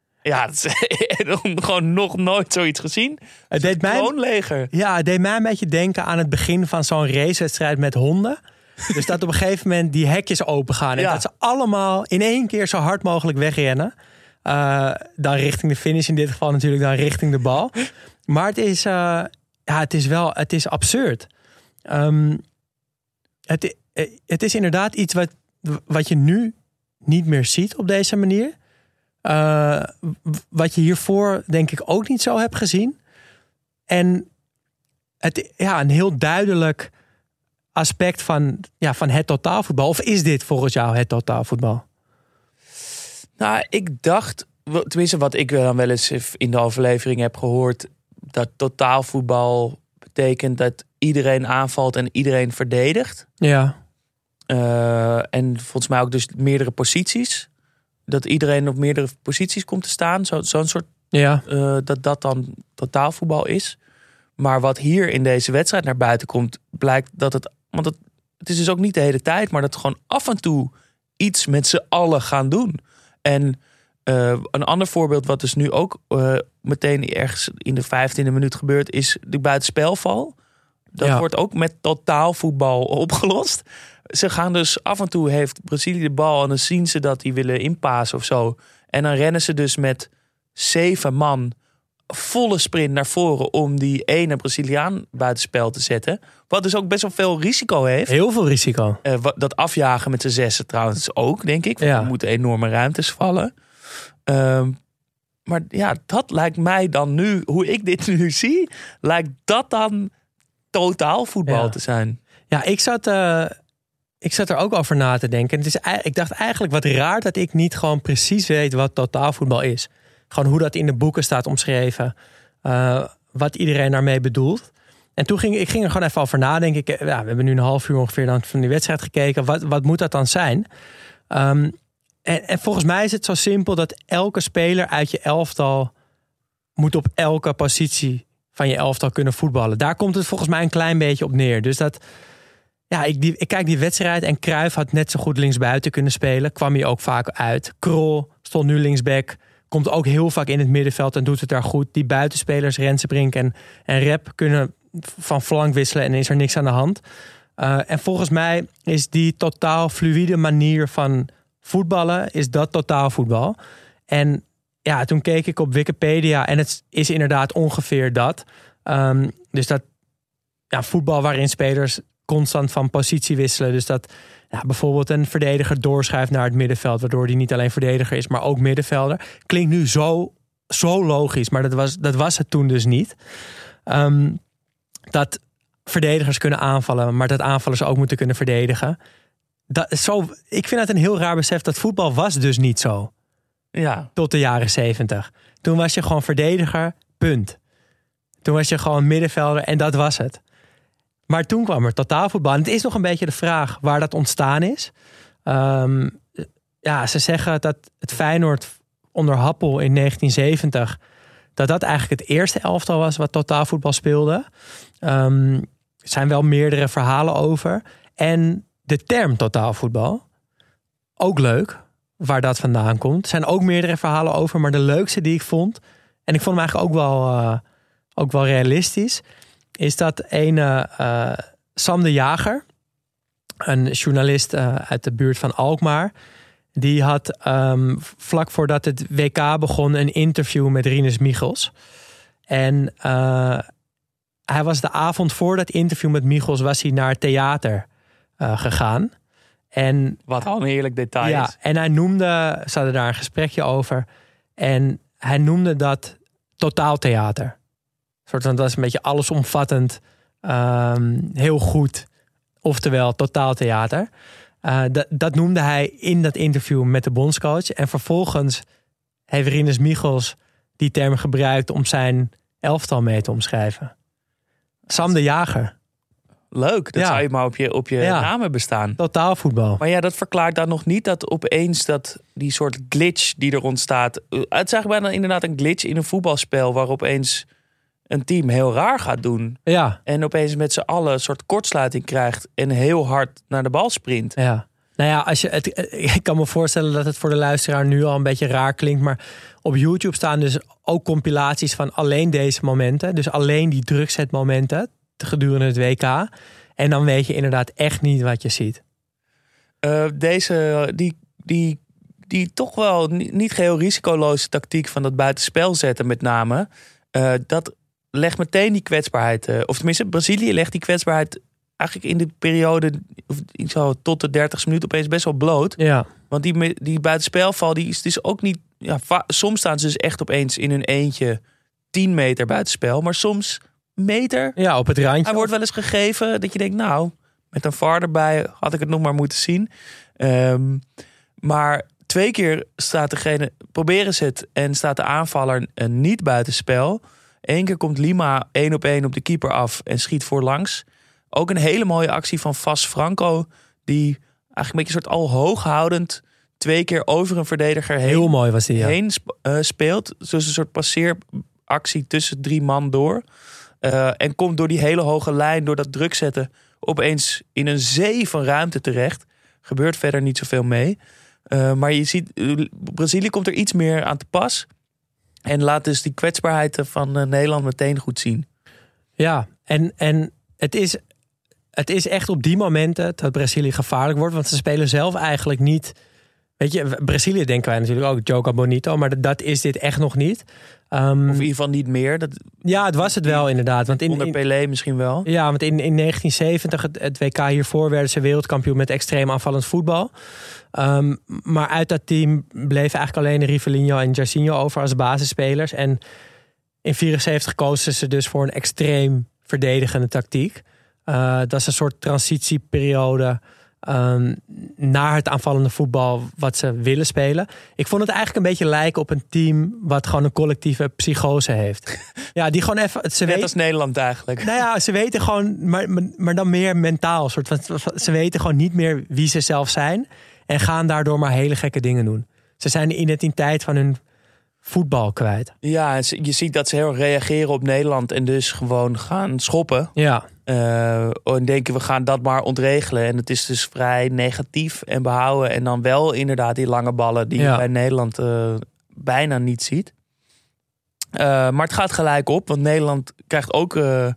gewoon nog nooit zoiets gezien. Het deed mij leger. Ja, het deed mij een beetje denken aan het begin van zo'n racewedstrijd met honden. Dus dat op een gegeven moment die hekjes open gaan. En dat ze allemaal in één keer zo hard mogelijk wegrennen. Dan richting de finish, in dit geval natuurlijk dan richting de bal. Maar het is absurd. Het is inderdaad iets wat je nu niet meer ziet op deze manier. Wat je hiervoor denk ik ook niet zo hebt gezien. En een heel duidelijk aspect van het totaalvoetbal. Of is dit volgens jou het totaalvoetbal? Nou, ik dacht, tenminste wat ik dan wel eens in de overlevering heb gehoord... dat totaalvoetbal betekent dat iedereen aanvalt en iedereen verdedigt. Ja. En volgens mij ook dus meerdere posities. Dat iedereen op meerdere posities komt te staan. Zo'n soort... Ja. Dat dan totaalvoetbal is. Maar wat hier in deze wedstrijd naar buiten komt... blijkt dat het... Want het is dus ook niet de hele tijd... maar dat gewoon af en toe iets met z'n allen gaan doen. En een ander voorbeeld wat dus nu ook meteen ergens in de 15e minuut gebeurt... is de buitenspelval. Dat wordt ook met totaalvoetbal opgelost. Ze gaan dus af en toe heeft Brazilië de bal... en dan zien ze dat die willen inpassen of zo. En dan rennen ze dus met 7 man... volle sprint naar voren om die ene Braziliaan buitenspel te zetten. Wat dus ook best wel veel risico heeft. Heel veel risico. Dat afjagen met z'n 6 trouwens ook, denk ik. Want er moeten enorme ruimtes vallen. Maar ja, dat lijkt mij dan nu, hoe ik dit nu zie... lijkt dat dan totaalvoetbal te zijn. Ja, ik zat er ook over na te denken. Ik dacht eigenlijk wat raar dat ik niet gewoon precies weet wat totaalvoetbal is. Gewoon hoe dat in de boeken staat omschreven. Wat iedereen daarmee bedoelt. En toen ging ik er gewoon even over nadenken. We hebben nu een half uur ongeveer dan van die wedstrijd gekeken. Wat moet dat dan zijn? En volgens mij is het zo simpel dat elke speler uit je elftal moet op elke positie van je elftal kunnen voetballen. Daar komt het volgens mij een klein beetje op neer. Dus ik kijk die wedstrijd en Cruijff had net zo goed linksbuiten kunnen spelen. Kwam hij ook vaak uit. Krol stond nu linksback. Komt ook heel vaak in het middenveld en doet het daar goed. Die buitenspelers, Rensenbrink en Rep, kunnen van flank wisselen en is er niks aan de hand. En volgens mij is die totaal fluïde manier van voetballen, is dat totaal voetbal. En ja, toen keek ik op Wikipedia en het is inderdaad ongeveer dat. Dus dat voetbal waarin spelers constant van positie wisselen. Dus dat bijvoorbeeld een verdediger doorschuift naar het middenveld, waardoor die niet alleen verdediger is, maar ook middenvelder. Klinkt nu zo logisch, maar dat was het toen dus niet. Dat verdedigers kunnen aanvallen, maar dat aanvallers ook moeten kunnen verdedigen. Ik vind het een heel raar besef. Dat voetbal was dus niet zo. Ja. Tot de jaren 70. Toen was je gewoon verdediger, punt. Toen was je gewoon middenvelder en dat was het. Maar toen kwam er totaalvoetbal. En het is nog een beetje de vraag waar dat ontstaan is. Ze zeggen dat het Feyenoord onder Happel in 1970... dat eigenlijk het eerste elftal was wat totaalvoetbal speelde. Er zijn wel meerdere verhalen over. En de term totaalvoetbal, ook leuk, waar dat vandaan komt. Er zijn ook meerdere verhalen over, maar de leukste die ik vond, en ik vond hem eigenlijk ook wel realistisch, is dat Sam de Jager, een journalist uit de buurt van Alkmaar, die had vlak voordat het WK begon een interview met Rinus Michels. En hij was de avond voor dat interview met Michels was hij naar het theater gegaan. En wat al een heerlijk detail is. En hij noemde, ze hadden daar een gesprekje over, en hij noemde dat totaaltheater. Dat is een beetje allesomvattend, heel goed, oftewel totaaltheater. Dat noemde hij in dat interview met de bondscoach. En vervolgens heeft Rinus Michels die term gebruikt om zijn elftal mee te omschrijven. Sam de Jager. Leuk, dat zou je maar op je naam hebben staan. Totaalvoetbal. Maar ja, dat verklaart dan nog niet dat opeens die soort glitch die er ontstaat. Het is eigenlijk bijna inderdaad een glitch in een voetbalspel waar opeens een team heel raar gaat doen. Ja. En opeens met z'n allen een soort kortsluiting krijgt en heel hard naar de bal sprint. Ja. Nou ja, ik kan me voorstellen dat het voor de luisteraar nu al een beetje raar klinkt. Maar op YouTube staan dus ook compilaties van alleen deze momenten. Dus alleen die drukzetmomenten gedurende het WK. En dan weet je inderdaad echt niet wat je ziet. Die toch wel niet geheel risicoloze tactiek van dat buitenspel zetten met name. Dat legt meteen die kwetsbaarheid. Of tenminste, Brazilië legt die kwetsbaarheid eigenlijk in de periode tot de 30e minuut opeens best wel bloot. Ja. Want die buitenspelval, die is dus ook niet. Ja, soms staan ze dus echt opeens in hun eentje 10 meter buitenspel. Maar soms meter. Ja, op het randje. Hij wordt wel eens gegeven dat je denkt, nou, met een VAR erbij had ik het nog maar moeten zien. Maar 2 keer proberen ze het en staat de aanvaller niet buitenspel. 1 keer komt Lima 1-op-1 op de keeper af en schiet voorlangs. Ook een hele mooie actie van Vas Franco, die eigenlijk een beetje een soort al hooghoudend 2 keer over een verdediger heen speelt. Dus een soort passeeractie tussen 3 man door. En komt door die hele hoge lijn, door dat druk zetten, opeens in een zee van ruimte terecht. Gebeurt verder niet zoveel mee. Maar je ziet, Brazilië komt er iets meer aan te pas. En laat dus die kwetsbaarheid van Nederland meteen goed zien. Ja, en het is echt op die momenten dat Brazilië gevaarlijk wordt. Want ze spelen zelf eigenlijk niet. Weet je, Brazilië denken wij natuurlijk ook Joga Bonito. Maar dat is dit echt nog niet. Of in ieder geval niet meer. Ja, het was het wel inderdaad. Want onder Pelé misschien wel. Ja, want in 1970, het WK hiervoor, werden ze wereldkampioen met extreem aanvallend voetbal. Maar uit dat team bleven eigenlijk alleen Rivellino en Jairzinho over als basisspelers. En in 1974 kozen ze dus voor een extreem verdedigende tactiek. Dat is een soort transitieperiode naar het aanvallende voetbal wat ze willen spelen. Ik vond het eigenlijk een beetje lijken op een team wat gewoon een collectieve psychose heeft. Ja, die gewoon even. Net als Nederland eigenlijk. Nou ja, ze weten gewoon, maar dan meer mentaal. Ze weten gewoon niet meer wie ze zelf zijn en gaan daardoor maar hele gekke dingen doen. Ze zijn de identiteit van hun voetbal kwijt. Ja, je ziet dat ze heel erg reageren op Nederland en dus gewoon gaan schoppen. Ja. En denken we gaan dat maar ontregelen. En het is dus vrij negatief en behouden. En dan wel inderdaad die lange ballen die je bij Nederland bijna niet ziet. Maar het gaat gelijk op. Want Nederland krijgt ook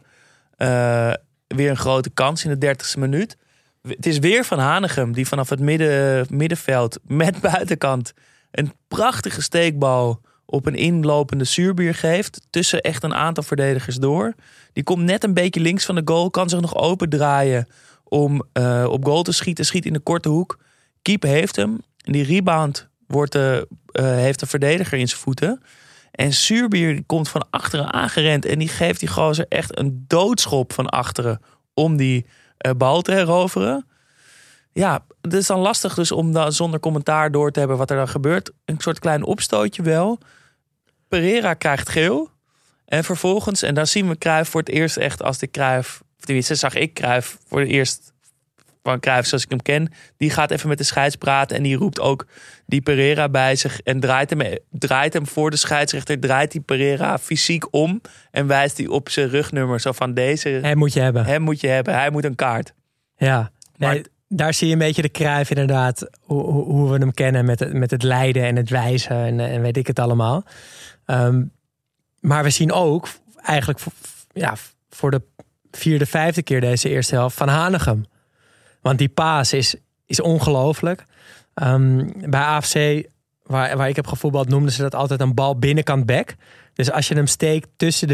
weer een grote kans in de 30e minuut. Het is weer Van Hanegem die vanaf het middenveld met buitenkant een prachtige steekbal op een inlopende Zuurbier geeft. Tussen echt een aantal verdedigers door. Die komt net een beetje links van de goal. Kan zich nog open draaien om op goal te schieten. Schiet in de korte hoek. Keeper heeft hem. En die rebound heeft de verdediger in zijn voeten. En Zuurbier komt van achteren aangerend. En die geeft die gozer echt een doodschop van achteren. Om die bal te heroveren. Ja, het is dan lastig dus om dan zonder commentaar door te hebben wat er dan gebeurt. Een soort klein opstootje wel. Pereira krijgt geel. En vervolgens, en daar zien we Cruijff voor het eerst echt als de Cruijff... Tenminste, zag ik Cruijff voor het eerst van Cruijff zoals ik hem ken. Die gaat even met de scheids praten en die roept ook die Pereira bij zich. En draait hem voor de scheidsrechter, draait die Pereira fysiek om. En wijst hij op zijn rugnummer. Zo van deze... Hem moet je hebben. Hem moet je hebben. Hij moet een kaart. Ja, maar... Daar zie je een beetje de Cruijff inderdaad, hoe we hem kennen met het leiden en het wijzen en weet ik het allemaal. Maar we zien ook eigenlijk voor de 4e, 5e keer deze eerste helft Van Hanegem. Want die paas is ongelooflijk. Bij AFC, waar ik heb gevoetbald, noemden ze dat altijd een bal binnenkant back. Dus als je hem steekt tussen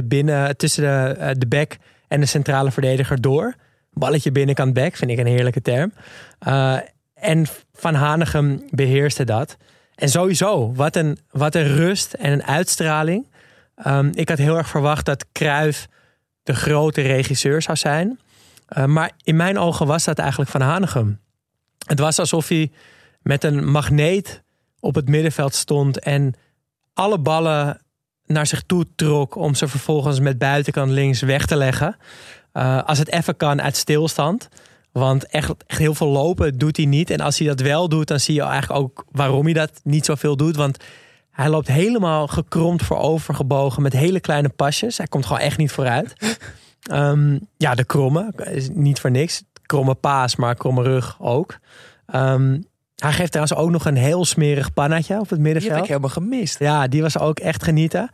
de back en de centrale verdediger door... Balletje binnenkant back, vind ik een heerlijke term. En Van Hanegem beheerste dat. En sowieso, wat een rust en een uitstraling. Ik had heel erg verwacht dat Cruijff de grote regisseur zou zijn. Maar in mijn ogen was dat eigenlijk Van Hanegem. Het was alsof hij met een magneet op het middenveld stond... en alle ballen naar zich toe trok... om ze vervolgens met buitenkant links weg te leggen... Als het even kan uit stilstand. Want echt heel veel lopen doet hij niet. En als hij dat wel doet, dan zie je eigenlijk ook waarom hij dat niet zoveel doet. Want hij loopt helemaal gekromd voorovergebogen met hele kleine pasjes. Hij komt gewoon echt niet vooruit. De kromme, is niet voor niks. Kromme paas, maar kromme rug ook. Hij geeft trouwens ook nog een heel smerig pannetje op het middenveld. Die heb ik helemaal gemist. Ja, die was ook echt genieten.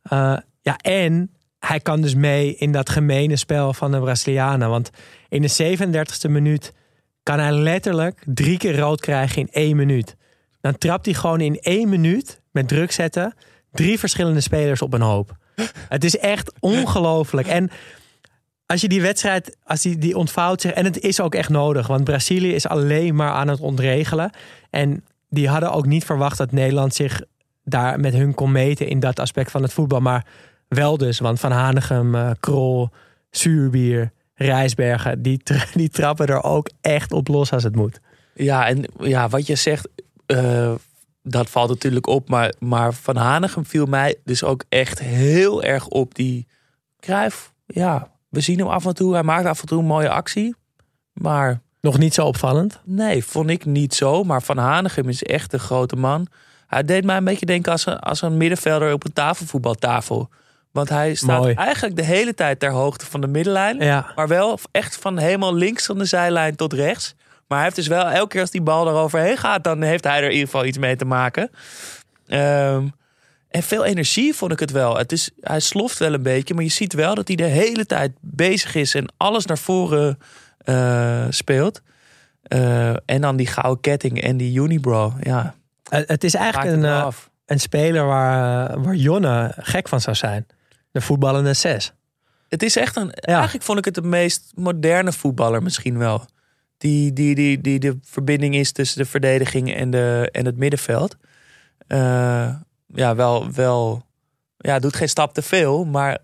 En... Hij kan dus mee in dat gemene spel van de Brazilianen. Want in de 37e minuut kan hij letterlijk 3 keer rood krijgen in 1 minuut. Dan trapt hij gewoon in 1 minuut met druk zetten 3 verschillende spelers op een hoop. Het is echt ongelooflijk. En als je die wedstrijd, als die ontvouwt zich... En het is ook echt nodig, want Brazilië is alleen maar aan het ontregelen. En die hadden ook niet verwacht dat Nederland zich daar met hun kon meten in dat aspect van het voetbal. Maar... Wel dus, want Van Hanegem, Krol, Zuurbier, Rijsbergen... die trappen er ook echt op los als het moet. Ja, en wat je zegt, dat valt natuurlijk op. Maar Van Hanegem viel mij dus ook echt heel erg op. Die Cruijff, we zien hem af en toe. Hij maakt af en toe een mooie actie. Maar... Nog niet zo opvallend? Nee, vond ik niet zo. Maar Van Hanegem is echt een grote man. Hij deed mij een beetje denken als een middenvelder op een tafelvoetbaltafel. Want hij staat eigenlijk de hele tijd ter hoogte van de middenlijn. Ja. Maar wel echt van helemaal links van de zijlijn tot rechts. Maar hij heeft dus wel elke keer als die bal eroverheen gaat... dan heeft hij er in ieder geval iets mee te maken. En veel energie vond ik het wel. Hij sloft wel een beetje, maar je ziet wel dat hij de hele tijd bezig is... en alles naar voren speelt. En dan die gouden ketting en die unibrow, ja. Het is eigenlijk een speler waar Jonne gek van zou zijn. De voetballende 6. Het is echt eigenlijk vond ik het de meest moderne voetballer misschien wel. Die de verbinding is tussen de verdediging en het middenveld. Doet geen stap te veel, maar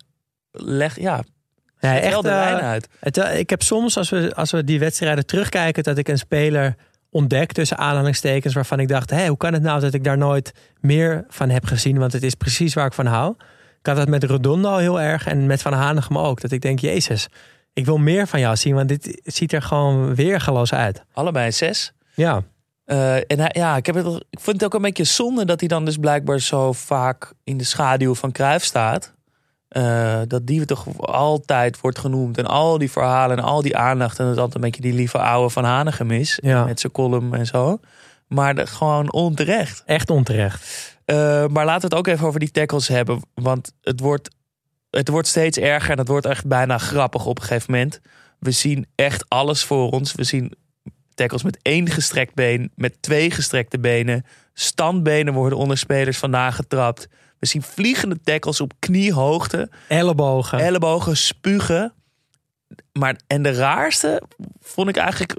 zet wel de lijn uit. Ik heb soms, als we die wedstrijden terugkijken, dat ik een speler ontdek tussen aanhalingstekens waarvan ik dacht, hoe kan het nou dat ik daar nooit meer van heb gezien? Want het is precies waar ik van hou. Ik had dat met Redondo heel erg en met Van Hanegem ook. Dat ik denk, Jezus, ik wil meer van jou zien, want dit ziet er gewoon weergeloos uit. Allebei 6. Ja. Ik vind het ook een beetje zonde dat hij dan dus blijkbaar zo vaak in de schaduw van Cruijff staat. Dat die toch altijd wordt genoemd. En al die verhalen en al die aandacht. En dat altijd een beetje die lieve oude Van Hanegem is. Ja. Met zijn column en zo. Maar gewoon onterecht. Echt onterecht. Maar laten we het ook even over die tackles hebben. Want het wordt steeds erger. En het wordt echt bijna grappig op een gegeven moment. We zien echt alles voor ons. We zien tackles met 1 gestrekt been. Met 2 gestrekte benen. Standbenen worden onder spelers vandaan getrapt. We zien vliegende tackles op kniehoogte. Ellebogen, spugen. En de raarste vond ik eigenlijk...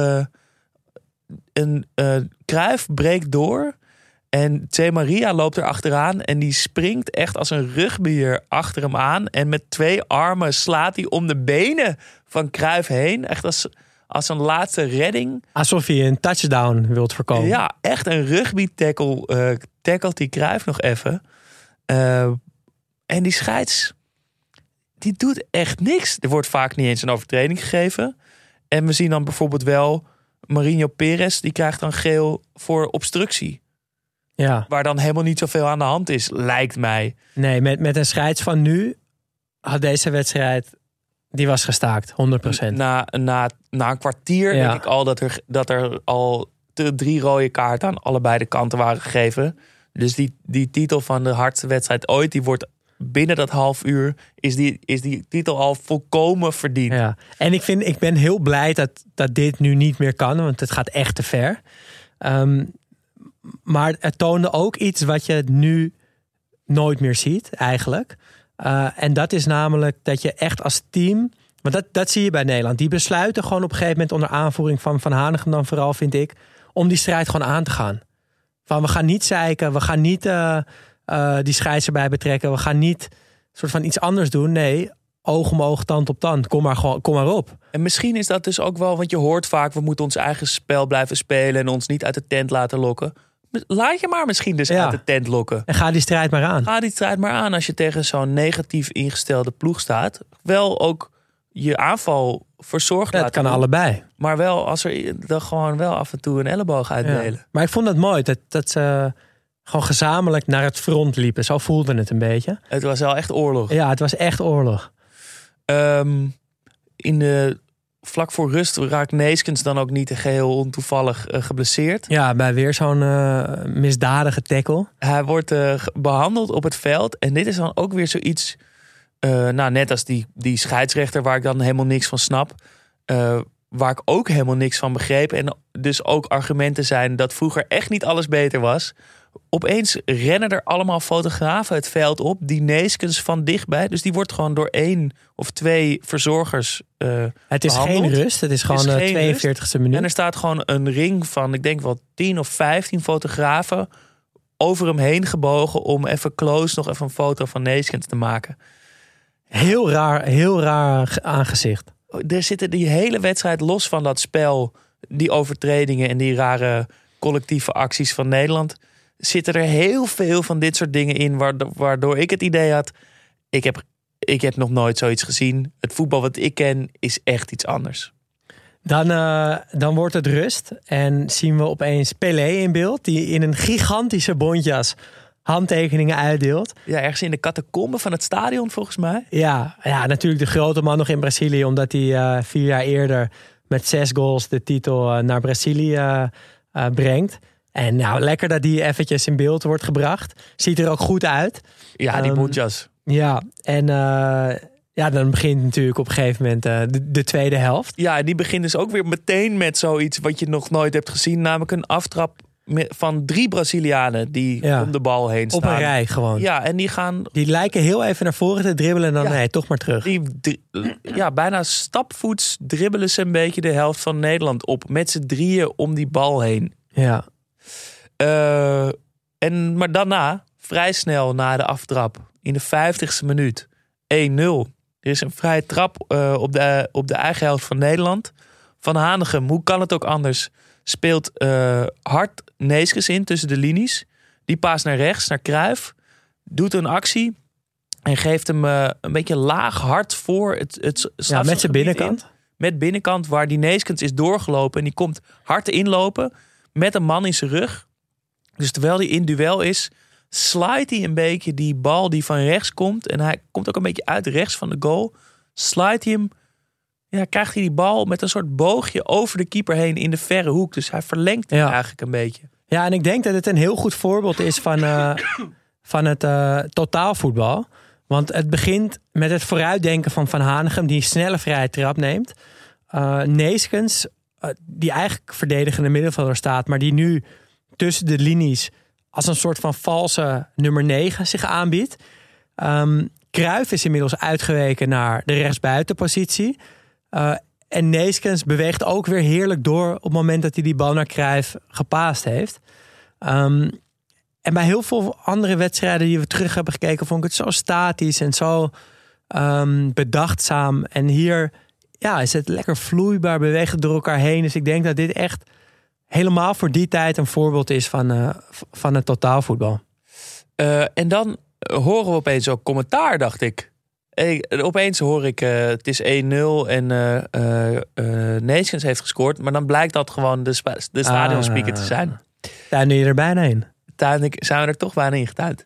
Cruijff breekt door. En Zé Maria loopt er achteraan. En die springt echt als een rugbyer achter hem aan. En met 2 armen slaat hij om de benen van Cruijff heen. Echt als een laatste redding. Alsof hij een touchdown wilt voorkomen. Ja, echt een rugby tackle. Tackelt die Cruijff nog even. En die scheids, die doet echt niks. Er wordt vaak niet eens een overtreding gegeven. En we zien dan bijvoorbeeld wel Marinho Perez, die krijgt dan geel voor obstructie. Ja. Waar dan helemaal niet zoveel aan de hand is, lijkt mij. Nee, met een scheids van nu had deze wedstrijd, die was gestaakt, 100%. Na een kwartier denk ik al dat er al 3 rode kaarten aan allebei de kanten waren gegeven. Dus die titel van de hardste wedstrijd ooit, die wordt binnen dat half uur, is die titel al volkomen verdiend. Ja. En ik ben heel blij dat dit nu niet meer kan, want het gaat echt te ver. Maar het toonde ook iets wat je nu nooit meer ziet, eigenlijk. En dat is namelijk dat je echt als team... Maar dat zie je bij Nederland. Die besluiten gewoon op een gegeven moment onder aanvoering van Van Hanegem dan vooral, vind ik, om die strijd gewoon aan te gaan. Van we gaan niet zeiken, we gaan niet die scheids erbij betrekken, we gaan niet soort van iets anders doen. Nee, oog om oog, tand op tand. Kom maar op. En misschien is dat dus ook wel, want je hoort vaak, we moeten ons eigen spel blijven spelen en ons niet uit de tent laten lokken. Laat je maar misschien dus uit de tent lokken. En ga die strijd maar aan. Ga die strijd maar aan als je tegen zo'n negatief ingestelde ploeg staat. Wel ook je aanval verzorgd laten kan doen. Allebei. Maar wel als er dan gewoon wel af en toe een elleboog uitdelen. Ja. Maar ik vond het mooi dat ze gewoon gezamenlijk naar het front liepen. Zo voelde het een beetje. Het was wel echt oorlog. Ja, het was echt oorlog. Vlak voor rust raakt Neeskens dan ook niet geheel ontoevallig geblesseerd. Ja, bij weer zo'n misdadige tackle. Hij wordt behandeld op het veld. En dit is dan ook weer zoiets... net als die scheidsrechter waar ik dan helemaal niks van snap. Waar ik ook helemaal niks van begreep. En dus ook argumenten zijn dat vroeger echt niet alles beter was. Opeens rennen er allemaal fotografen het veld op. Die Neeskens van dichtbij. Dus die wordt gewoon door 1 of 2 verzorgers het is behandeld. Geen rust. Het is gewoon de 42e minuut. En er staat gewoon een ring van, ik denk wel 10 of 15 fotografen over hem heen gebogen om even close nog even een foto van Neeskens te maken. Heel raar aangezicht. Er zitten die hele wedstrijd los van dat spel, die overtredingen en die rare collectieve acties van Nederland, zitten er heel veel van dit soort dingen in, waardoor ik het idee had, ik heb nog nooit zoiets gezien. Het voetbal wat ik ken is echt iets anders. Dan wordt het rust en zien we opeens Pelé in beeld, die in een gigantische bontjas handtekeningen uitdeelt. Ja, ergens in de catacomben van het stadion volgens mij. Ja, natuurlijk de grote man nog in Brazilië, omdat hij 4 jaar eerder met 6 goals de titel naar Brazilië brengt. En nou, lekker dat die eventjes in beeld wordt gebracht. Ziet er ook goed uit. Ja, die bontjas. Ja, en dan begint natuurlijk op een gegeven moment de tweede helft. Ja, en die begint dus ook weer meteen met zoiets wat je nog nooit hebt gezien. Namelijk een aftrap van 3 Brazilianen die om de bal heen staan. Op een rij gewoon. Ja, en die lijken heel even naar voren te dribbelen en dan nee, toch maar terug. Bijna stapvoets dribbelen ze een beetje de helft van Nederland op. Met z'n 3 om die bal heen. Ja. Maar daarna, vrij snel na de aftrap, in de 50ste minuut, 1-0. Er is een vrije trap op de eigen helft van Nederland. Van Hanegem, hoe kan het ook anders, speelt hard Neeskens in tussen de linies. Die paast naar rechts, naar Cruijff. Doet een actie en geeft hem een beetje laag hard voor het met zijn binnenkant. Met binnenkant, waar die Neeskens is doorgelopen. En die komt hard inlopen met een man in zijn rug. Dus terwijl hij in duel is, slijt hij een beetje die bal die van rechts komt. En hij komt ook een beetje uit rechts van de goal. Slijt hij hem. Ja, krijgt hij die bal met een soort boogje over de keeper heen in de verre hoek. Dus hij verlengt hem eigenlijk een beetje. Ja, en ik denk dat het een heel goed voorbeeld is van het totaalvoetbal. Want het begint met het vooruitdenken van Van Hanegem, die een snelle vrije trap neemt. Neeskens, die eigenlijk verdedigende middenvelder staat, maar die nu tussen de linies als een soort van valse nummer 9 zich aanbiedt. Cruyff is inmiddels uitgeweken naar de rechtsbuitenpositie. En Neeskens beweegt ook weer heerlijk door op het moment dat hij die bal naar Cruyff gepaast heeft. En bij heel veel andere wedstrijden die we terug hebben gekeken, vond ik het zo statisch en zo bedachtzaam. En hier is het lekker vloeibaar, bewegen door elkaar heen. Dus ik denk dat dit echt helemaal voor die tijd een voorbeeld is van het totaalvoetbal. En dan horen we opeens ook commentaar, dacht ik. Opeens hoor ik, het is 1-0 en Neeskens heeft gescoord. Maar dan blijkt dat gewoon de stadionspeaker te zijn. Tuinde je er bijna in. Uiteindelijk zijn we er toch bijna in getuind.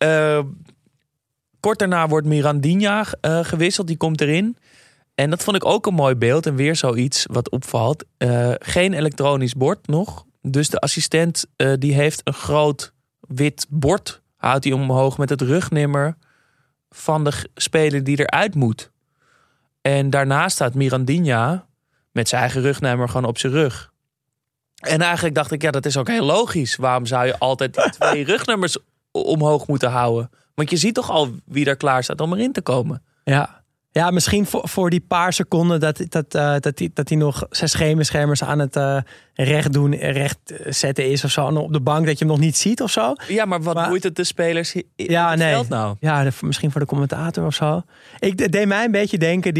Kort daarna wordt Mirandinha gewisseld. Die komt erin. En dat vond ik ook een mooi beeld. En weer zoiets wat opvalt. Geen elektronisch bord nog. Dus de assistent die heeft een groot wit bord. Houdt hij omhoog met het rugnummer van de speler die eruit moet. En daarnaast staat Mirandinha met zijn eigen rugnummer gewoon op zijn rug. En eigenlijk dacht ik, dat is ook heel logisch. Waarom zou je altijd die 2 rugnummers omhoog moeten houden? Want je ziet toch al wie er klaar staat om erin te komen. Ja, misschien voor die paar seconden dat hij nog zijn schemerschermers aan het recht zetten is of zo. En op de bank dat je hem nog niet ziet of zo. Ja, maar wat boeit het de spelers in het veld nou? Ja, misschien voor de commentator of zo. Ik deed mij een beetje denken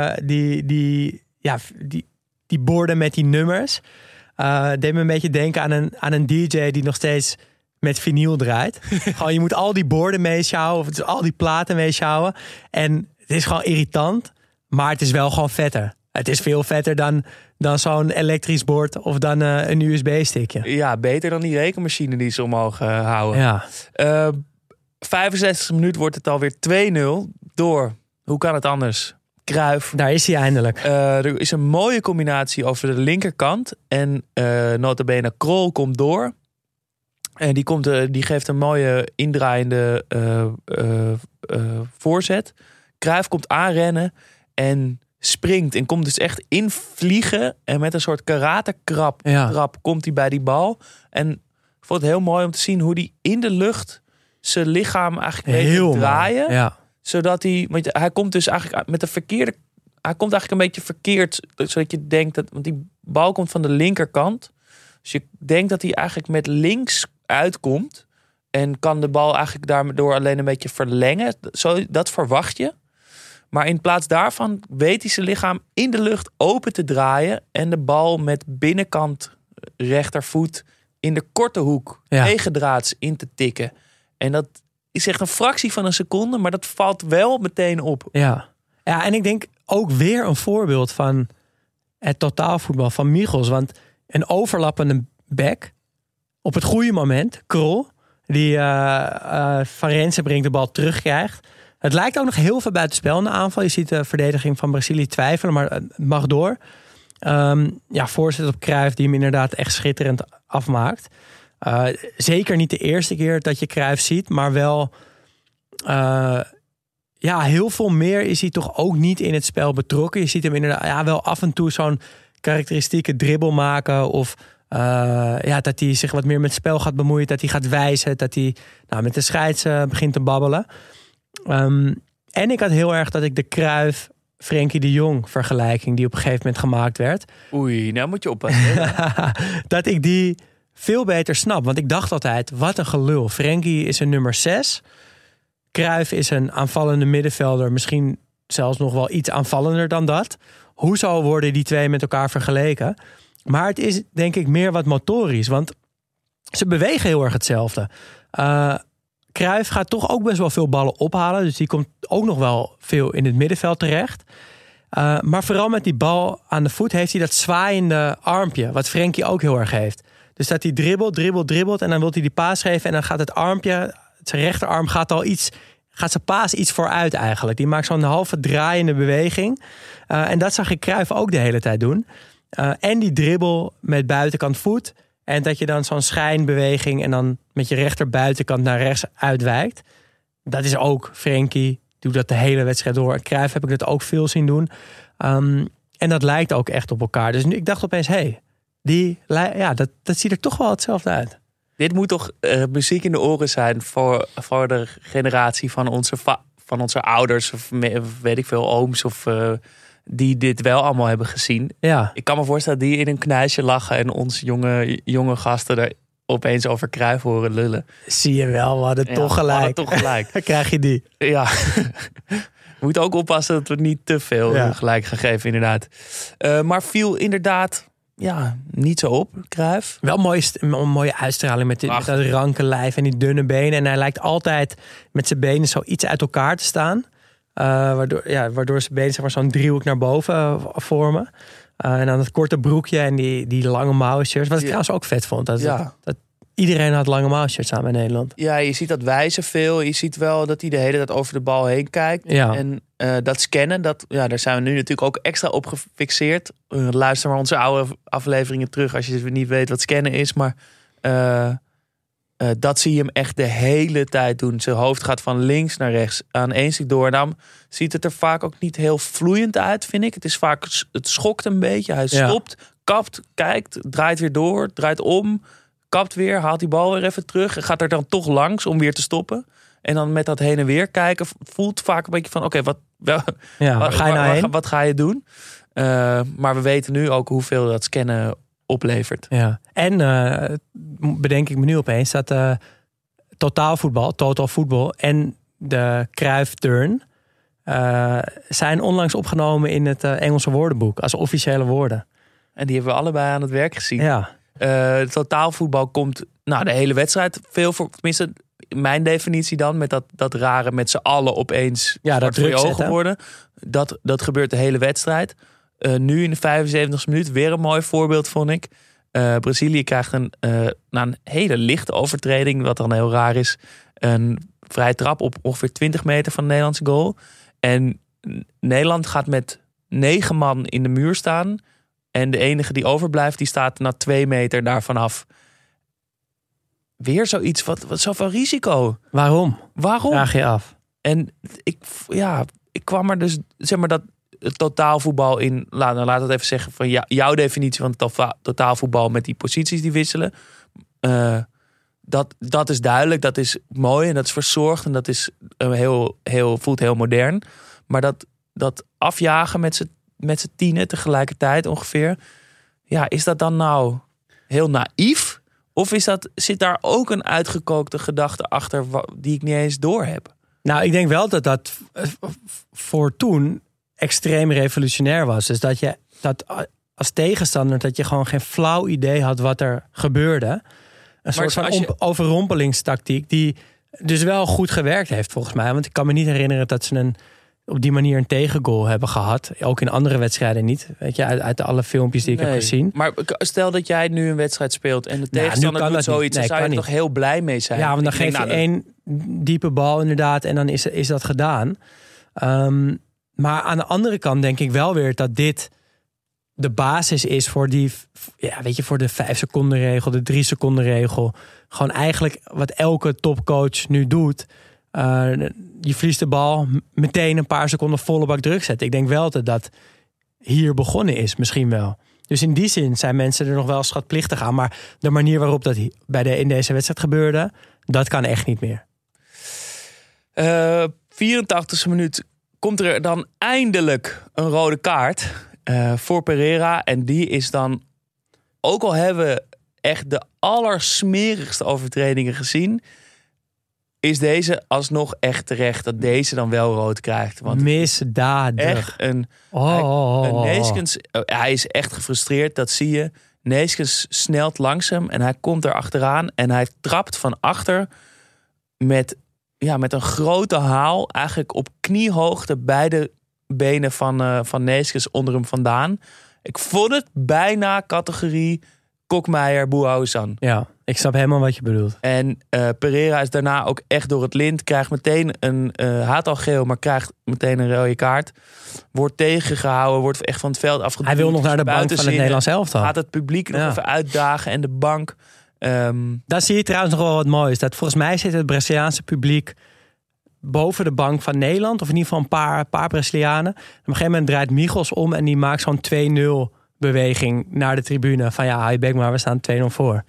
die borden met die nummers. Deed me een beetje denken aan een DJ die nog steeds met vinyl draait. Gewoon, je moet al die borden meesjouwen, of al die platen meesjouwen. En het is gewoon irritant, maar het is wel gewoon vetter. Het is veel vetter dan zo'n elektrisch bord of dan een USB-stickje. Ja, beter dan die rekenmachine die ze omhoog houden. Ja. 65e minuut wordt het alweer 2-0 door, hoe kan het anders, Cruyff. Daar is hij eindelijk. Er is een mooie combinatie over de linkerkant. En nota bene Krol komt door. En die geeft een mooie indraaiende voorzet. Cruyff komt aanrennen en springt. En komt dus echt invliegen. En met een soort karate-trap komt hij bij die bal. En ik vond het heel mooi om te zien hoe hij in de lucht zijn lichaam eigenlijk weet te draaien. Ja. Zodat hij komt dus eigenlijk met de verkeerde. Hij komt eigenlijk een beetje verkeerd. Zodat je denkt dat. Want die bal komt van de linkerkant. Dus je denkt dat hij eigenlijk met links uitkomt. En kan de bal eigenlijk daardoor alleen een beetje verlengen. Dat verwacht je. Maar in plaats daarvan weet hij zijn lichaam in de lucht open te draaien. En de bal met binnenkant rechtervoet in de korte hoek tegendraads in te tikken. En dat is echt een fractie van een seconde. Maar dat valt wel meteen op. Ja, en ik denk ook weer een voorbeeld van het totaalvoetbal van Michels. Want een overlappende back op het goede moment, Krol, die Van Rensen brengt de bal terugkrijgt. Het lijkt ook nog heel veel buitenspel in de aanval. Je ziet de verdediging van Brazilië twijfelen, maar het mag door. Voorzet op Cruyff die hem inderdaad echt schitterend afmaakt. Zeker niet de eerste keer dat je Cruyff ziet, maar wel heel veel meer is hij toch ook niet in het spel betrokken. Je ziet hem inderdaad wel af en toe zo'n karakteristieke dribbel maken of dat hij zich wat meer met het spel gaat bemoeien, dat hij gaat wijzen, dat hij met de scheids begint te babbelen. En ik had heel erg dat ik de Cruyff Frenkie de Jong vergelijking die op een gegeven moment gemaakt werd. Oei, nou moet je oppassen. Dat ik die veel beter snap. Want ik dacht altijd, wat een gelul. Frenkie is een nummer 6. Cruyff is een aanvallende middenvelder. Misschien zelfs nog wel iets aanvallender dan dat. Hoezo worden die twee met elkaar vergeleken? Maar het is denk ik meer wat motorisch. Want ze bewegen heel erg hetzelfde. Cruyff gaat toch ook best wel veel ballen ophalen. Dus die komt ook nog wel veel in het middenveld terecht. Maar vooral met die bal aan de voet heeft hij dat zwaaiende armpje. Wat Frenkie ook heel erg heeft. Dus dat hij dribbelt. En dan wil hij die paas geven. En dan gaat het armpje zijn rechterarm gaat zijn paas iets vooruit eigenlijk. Die maakt zo'n halve draaiende beweging. En dat zag ik Cruyff ook de hele tijd doen. En die dribbel met buitenkant voet. En dat je dan zo'n schijnbeweging en dan met je rechter buitenkant naar rechts uitwijkt. Dat is ook Frenkie. Doet dat de hele wedstrijd door. En Cruyff heb ik dat ook veel zien doen. En dat lijkt ook echt op elkaar. Dus nu, ik dacht opeens, dat ziet er toch wel hetzelfde uit. Dit moet toch muziek in de oren zijn voor de generatie van onze ouders of weet ik veel, ooms of die dit wel allemaal hebben gezien. Ja. Ik kan me voorstellen dat die in een knijsje lachen en ons jonge gasten er opeens over Cruyff horen lullen. Zie je wel, we hadden toch gelijk. Dan krijg je die. Ja. We moeten ook oppassen dat we niet te veel gelijk gaan geven, inderdaad. Maar viel inderdaad niet zo op, Cruyff. Wel een mooie uitstraling met dat ranke lijf en die dunne benen. En hij lijkt altijd met zijn benen zo iets uit elkaar te staan. Waardoor zijn benen zeg maar, zo'n driehoek naar boven vormen. En dan het korte broekje en die lange mouwenshirts. Wat ik trouwens ook vet vond. Dat iedereen had lange mouwenshirts aan in Nederland. Ja, je ziet dat wijzen veel. Je ziet wel dat hij de hele tijd over de bal heen kijkt. Ja. En dat scannen, daar zijn we nu natuurlijk ook extra op gefixeerd. Luister maar onze oude afleveringen terug als je niet weet wat scannen is. Maar dat zie je hem echt de hele tijd doen. Zijn hoofd gaat van links naar rechts aan één stuk door. En dan ziet het er vaak ook niet heel vloeiend uit, vind ik. Het schokt een beetje. Hij stopt, kapt, kijkt, draait weer door, draait om, kapt weer, haalt die bal weer even terug en gaat er dan toch langs om weer te stoppen. En dan met dat heen en weer kijken voelt vaak een beetje van oké, wat ga je doen? Maar we weten nu ook hoeveel dat scannen oplevert. Ja. En bedenk ik me nu opeens dat total voetbal en de Cruyff Turn zijn onlangs opgenomen in het Engelse woordenboek als officiële woorden. En die hebben we allebei aan het werk gezien. Ja. Totaalvoetbal komt de hele wedstrijd veel voor, tenminste mijn definitie dan, met dat rare met z'n allen opeens dat voor je ogen worden. Dat gebeurt de hele wedstrijd. Nu in de 75e minuut weer een mooi voorbeeld, vond ik. Brazilië krijgt een hele lichte overtreding, wat dan heel raar is. Een vrije trap op ongeveer 20 meter van de Nederlandse goal. En Nederland gaat met 9 man in de muur staan. En de enige die overblijft, die staat na 2 meter daar vanaf. Weer zoiets, wat zoveel risico. Waarom? Vraag je af. En ik kwam er dus, zeg maar, dat het totaalvoetbal in, laat het even zeggen van jouw definitie van totaalvoetbal met die posities die wisselen. Dat is duidelijk, dat is mooi en dat is verzorgd en dat is voelt heel modern. Maar dat afjagen met z'n tienen tegelijkertijd ongeveer, is dat dan nou heel naïef? Of zit daar ook een uitgekookte gedachte achter die ik niet eens door heb? Nou, ik denk wel dat voor toen extreem revolutionair was. Dus dat als tegenstander dat je gewoon geen flauw idee had wat er gebeurde. Een soort van overrompelingstactiek die dus wel goed gewerkt heeft volgens mij. Want ik kan me niet herinneren dat ze op die manier een tegengoal hebben gehad. Ook in andere wedstrijden niet. Weet je, uit alle filmpjes die ik heb gezien. Maar stel dat jij nu een wedstrijd speelt en de tegenstander doet zoiets, dan zou je er toch heel blij mee zijn. Ja, want dan geef je één diepe bal inderdaad en dan is dat gedaan. Maar aan de andere kant denk ik wel weer dat dit de basis is voor voor de 5 seconden regel, de 3 seconden regel. Gewoon eigenlijk wat elke topcoach nu doet. Je verliest de bal, meteen een paar seconden volle bak druk zetten. Ik denk wel dat hier begonnen is, misschien wel. Dus in die zin zijn mensen er nog wel schatplichtig aan. Maar de manier waarop dat in deze wedstrijd gebeurde, dat kan echt niet meer. 84e minuut komt er dan eindelijk een rode kaart voor Pereira. En die is dan, ook al hebben we echt de allersmerigste overtredingen gezien, is deze alsnog echt terecht dat deze dan wel rood krijgt. Want misdadig. Echt Neeskens, hij is echt gefrustreerd, dat zie je. Neeskens snelt langs hem en hij komt er achteraan en hij trapt van achter met een grote haal, eigenlijk op kniehoogte beide benen van Neeskens onder hem vandaan. Ik vond het bijna categorie Kokmeijer Boehousan. Ja, Ik snap helemaal wat je bedoelt. En Pereira is daarna ook echt door het lint. Krijgt meteen haat al geel, maar krijgt meteen een rode kaart. Wordt tegengehouden, wordt echt van het veld afgeduwd. Hij wil nog naar de bank van het Nederlands elftal. Gaat het publiek nog even uitdagen en de bank. Daar zie je trouwens nog wel wat moois. Dat volgens mij zit het Braziliaanse publiek boven de bank van Nederland. Of in ieder geval een paar Brazilianen. Op een gegeven moment draait Michels om en die maakt zo'n 2-0 beweging naar de tribune. Van ja, hou je bek maar, we staan 2-0 voor.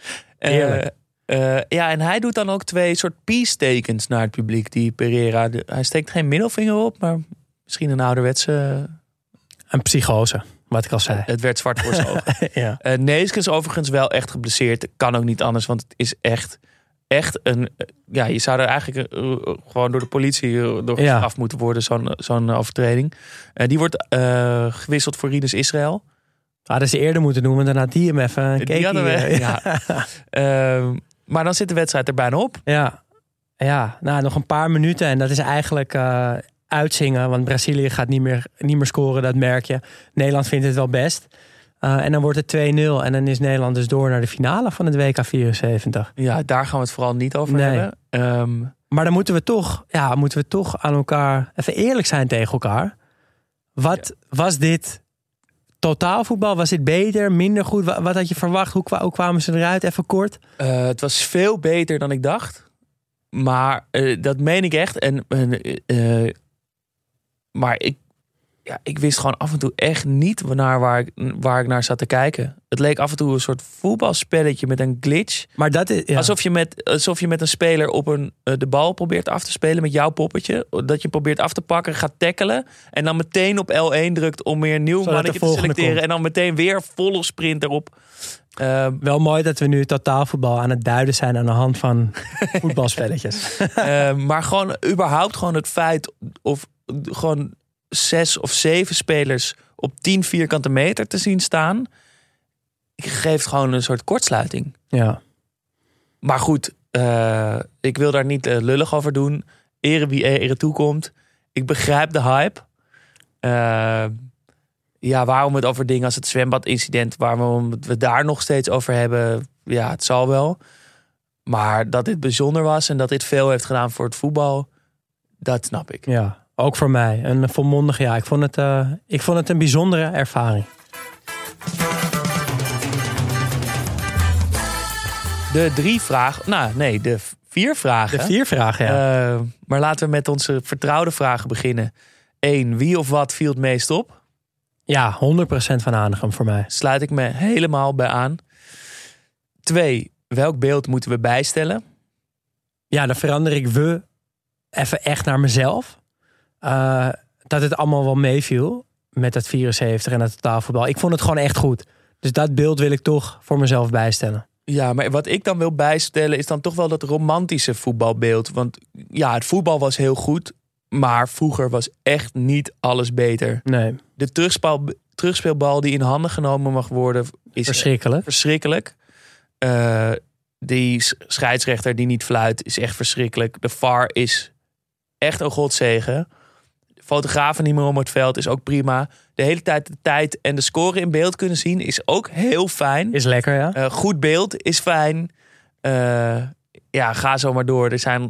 En hij doet dan ook 2 soort peace-tekens naar het publiek. Die Pereira, hij steekt geen middelvinger op, maar misschien een ouderwetse... Een psychose, wat ik al zei. Het werd zwart voor zijn ogen. Ja. Neeskens overigens wel echt geblesseerd. Kan ook niet anders, want het is echt een... Ja, je zou er eigenlijk gewoon door de politie door gestraft moeten worden, zo'n overtreding. Die wordt gewisseld voor Rinus Israël. Hadden ze eerder moeten doen, want dan had die hem even een keekje. Maar dan zit de wedstrijd er bijna op. Ja, nou, nog een paar minuten en dat is eigenlijk uitzingen. Want Brazilië gaat niet meer scoren, dat merk je. Nederland vindt het wel best. En dan wordt het 2-0 en dan is Nederland dus door naar de finale van het WK 74. Ja, daar gaan we het vooral niet over hebben. Maar dan moeten we toch aan elkaar even eerlijk zijn tegen elkaar. Wat was dit... Totaalvoetbal, was dit beter, minder goed? Wat had je verwacht? Hoe kwamen ze eruit? Even kort. Het was veel beter dan ik dacht. Maar dat meen ik echt. Maar ik wist gewoon af en toe echt niet waar ik naar zat te kijken. Het leek af en toe een soort voetbalspelletje met een glitch. Maar dat is, alsof je met een speler op de bal probeert af te spelen met jouw poppetje. Dat je probeert af te pakken, gaat tackelen. En dan meteen op L1 drukt om weer een nieuw mannetje te selecteren. Komt. En dan meteen weer volle sprint erop. Wel mooi dat we nu totaalvoetbal aan het duiden zijn aan de hand van voetbalspelletjes. Maar gewoon überhaupt gewoon het feit of gewoon 6 of 7 spelers op 10 vierkante meter te zien staan, geeft gewoon een soort kortsluiting. Ja. Maar goed, ik wil daar niet lullig over doen. Ere wie ere toekomt. Ik begrijp de hype. Waarom we het over dingen als het zwembadincident, waarom we daar nog steeds over hebben, ja, het zal wel. Maar dat dit bijzonder was en dat dit veel heeft gedaan voor het voetbal, dat snap ik. Ja. Ook voor mij. Een volmondig ja. Ik vond het een bijzondere ervaring. De 4 vragen. De 4 vragen, ja. Maar laten we met onze vertrouwde vragen beginnen. 1. Wie of wat viel het meest op? Ja, 100% van Hanegem voor mij. Sluit ik me helemaal bij aan. 2. Welk beeld moeten we bijstellen? Ja, dan verander ik even echt naar mezelf. Dat het allemaal wel meeviel met dat 74 en dat totaalvoetbal. Ik vond het gewoon echt goed. Dus dat beeld wil ik toch voor mezelf bijstellen. Ja, maar wat ik dan wil bijstellen is dan toch wel dat romantische voetbalbeeld. Want ja, het voetbal was heel goed, maar vroeger was echt niet alles beter. Nee. De terugspeelbal die in handen genomen mag worden is verschrikkelijk. Die scheidsrechter die niet fluit is echt verschrikkelijk. De VAR is echt een godzegen. Fotografen niet meer om het veld is ook prima. De hele tijd de tijd en de score in beeld kunnen zien is ook heel fijn. Is lekker, ja. Goed beeld is fijn. Ga zo maar door.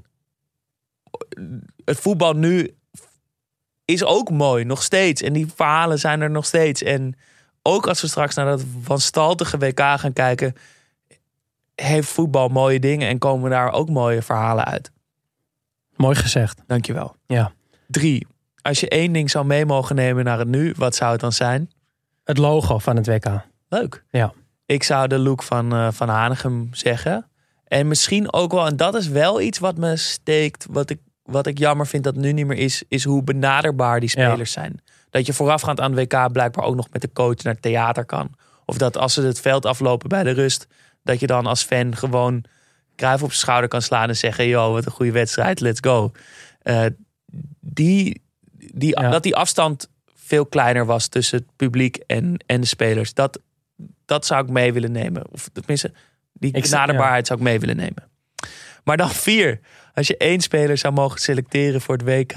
Het voetbal nu is ook mooi, nog steeds. En die verhalen zijn er nog steeds. En ook als we straks naar dat wanstaltige WK gaan kijken, heeft voetbal mooie dingen en komen daar ook mooie verhalen uit. Mooi gezegd. Dankjewel. Ja. 3. Als je 1 ding zou mee mogen nemen naar het nu, wat zou het dan zijn? Het logo van het WK. Leuk. Ja. Ik zou de look van Hanegem zeggen. En misschien ook wel, en dat is wel iets wat me steekt, wat ik jammer vind dat nu niet meer is hoe benaderbaar die spelers zijn. Dat je voorafgaand aan het WK blijkbaar ook nog met de coach naar het theater kan. Of dat als ze het veld aflopen bij de rust, dat je dan als fan gewoon Cruijff op zijn schouder kan slaan en zeggen, yo, wat een goede wedstrijd, let's go. Dat die afstand veel kleiner was tussen het publiek en de spelers. Dat zou ik mee willen nemen. Of tenminste, die benaderbaarheid zou ik mee willen nemen. Maar dan 4. Als je 1 speler zou mogen selecteren voor het WK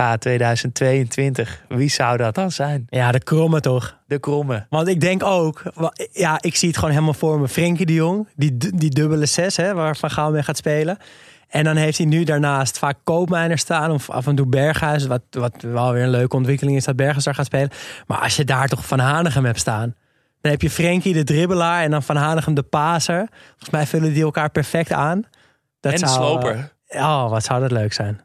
2022, wie zou dat dan zijn? Ja, de Kromme toch? De Kromme. Want ik denk ook, ja, ik zie het gewoon helemaal voor me. Frenkie de Jong, die dubbele 6, hè, waar Van Gaal mee gaat spelen. En dan heeft hij nu daarnaast vaak Koopmeiners staan of af en toe Berghuis. Wat wel weer een leuke ontwikkeling is dat Berghuis daar gaat spelen. Maar als je daar toch Van Hanegem hebt staan, dan heb je Frenkie de dribbelaar en dan Van Hanegem de paser. Volgens mij vullen die elkaar perfect aan. En de sloper. Wat zou dat leuk zijn.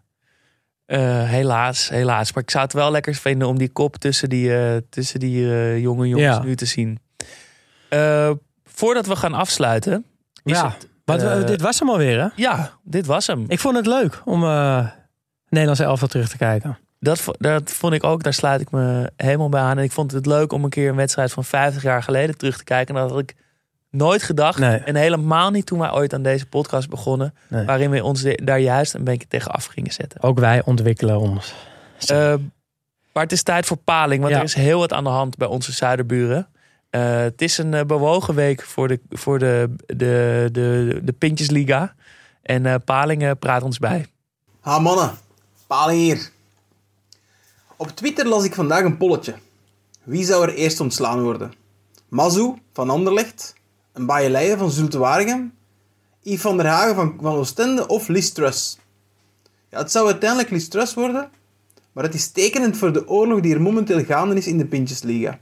Helaas. Maar ik zou het wel lekker vinden om die kop tussen die jonge jongens nu te zien. Voordat we gaan afsluiten. Dit was hem alweer, hè? Ja, dit was hem. Ik vond het leuk om Nederlandse elftal terug te kijken. Dat vond ik ook. Daar sluit ik me helemaal bij aan. En ik vond het leuk om een keer een wedstrijd van 50 jaar geleden terug te kijken. En dat had ik nooit gedacht. Nee. En helemaal niet toen wij ooit aan deze podcast begonnen. Nee. Waarin we ons daar juist een beetje tegen af gingen zetten. Ook wij ontwikkelen ons. Maar het is tijd voor paling. Want er is heel wat aan de hand bij onze zuiderburen. Het is een bewogen week voor de Pintjesliga. En Paling praat ons bij. Ha mannen, Paling hier. Op Twitter las ik vandaag een polletje. Wie zou er eerst ontslaan worden? Mazou van Anderlecht, een Baaieleije van Zulte Waregem, Yves van der Hagen van Oostende of Liz Truss? Ja, het zou uiteindelijk Liz Truss worden, maar het is tekenend voor de oorlog die er momenteel gaande is in de Pintjesliga.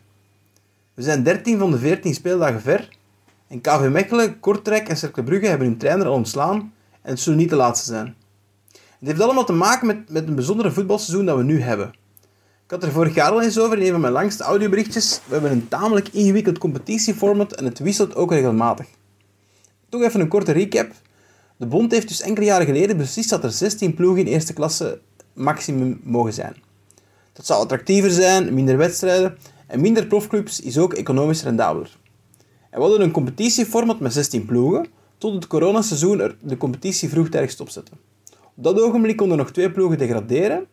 We zijn 13 van de 14 speeldagen ver en KV Mechelen, Kortrijk en Cercle Brugge hebben hun trainer al ontslaan en het zullen niet de laatste zijn. Het heeft allemaal te maken met een bijzondere voetbalseizoen dat we nu hebben. Ik had er vorig jaar al eens over in een van mijn langste audioberichtjes. We hebben een tamelijk ingewikkeld competitieformat en het wisselt ook regelmatig. Toch even een korte recap. De bond heeft dus enkele jaren geleden beslist dat er 16 ploegen in eerste klasse maximum mogen zijn. Dat zou attractiever zijn, minder wedstrijden en minder profclubs is ook economisch rendabeler. En we hadden een competitieformat met 16 ploegen, tot het coronaseizoen er de competitie vroegtijdig stopzette. Op dat ogenblik konden er nog 2 ploegen degraderen.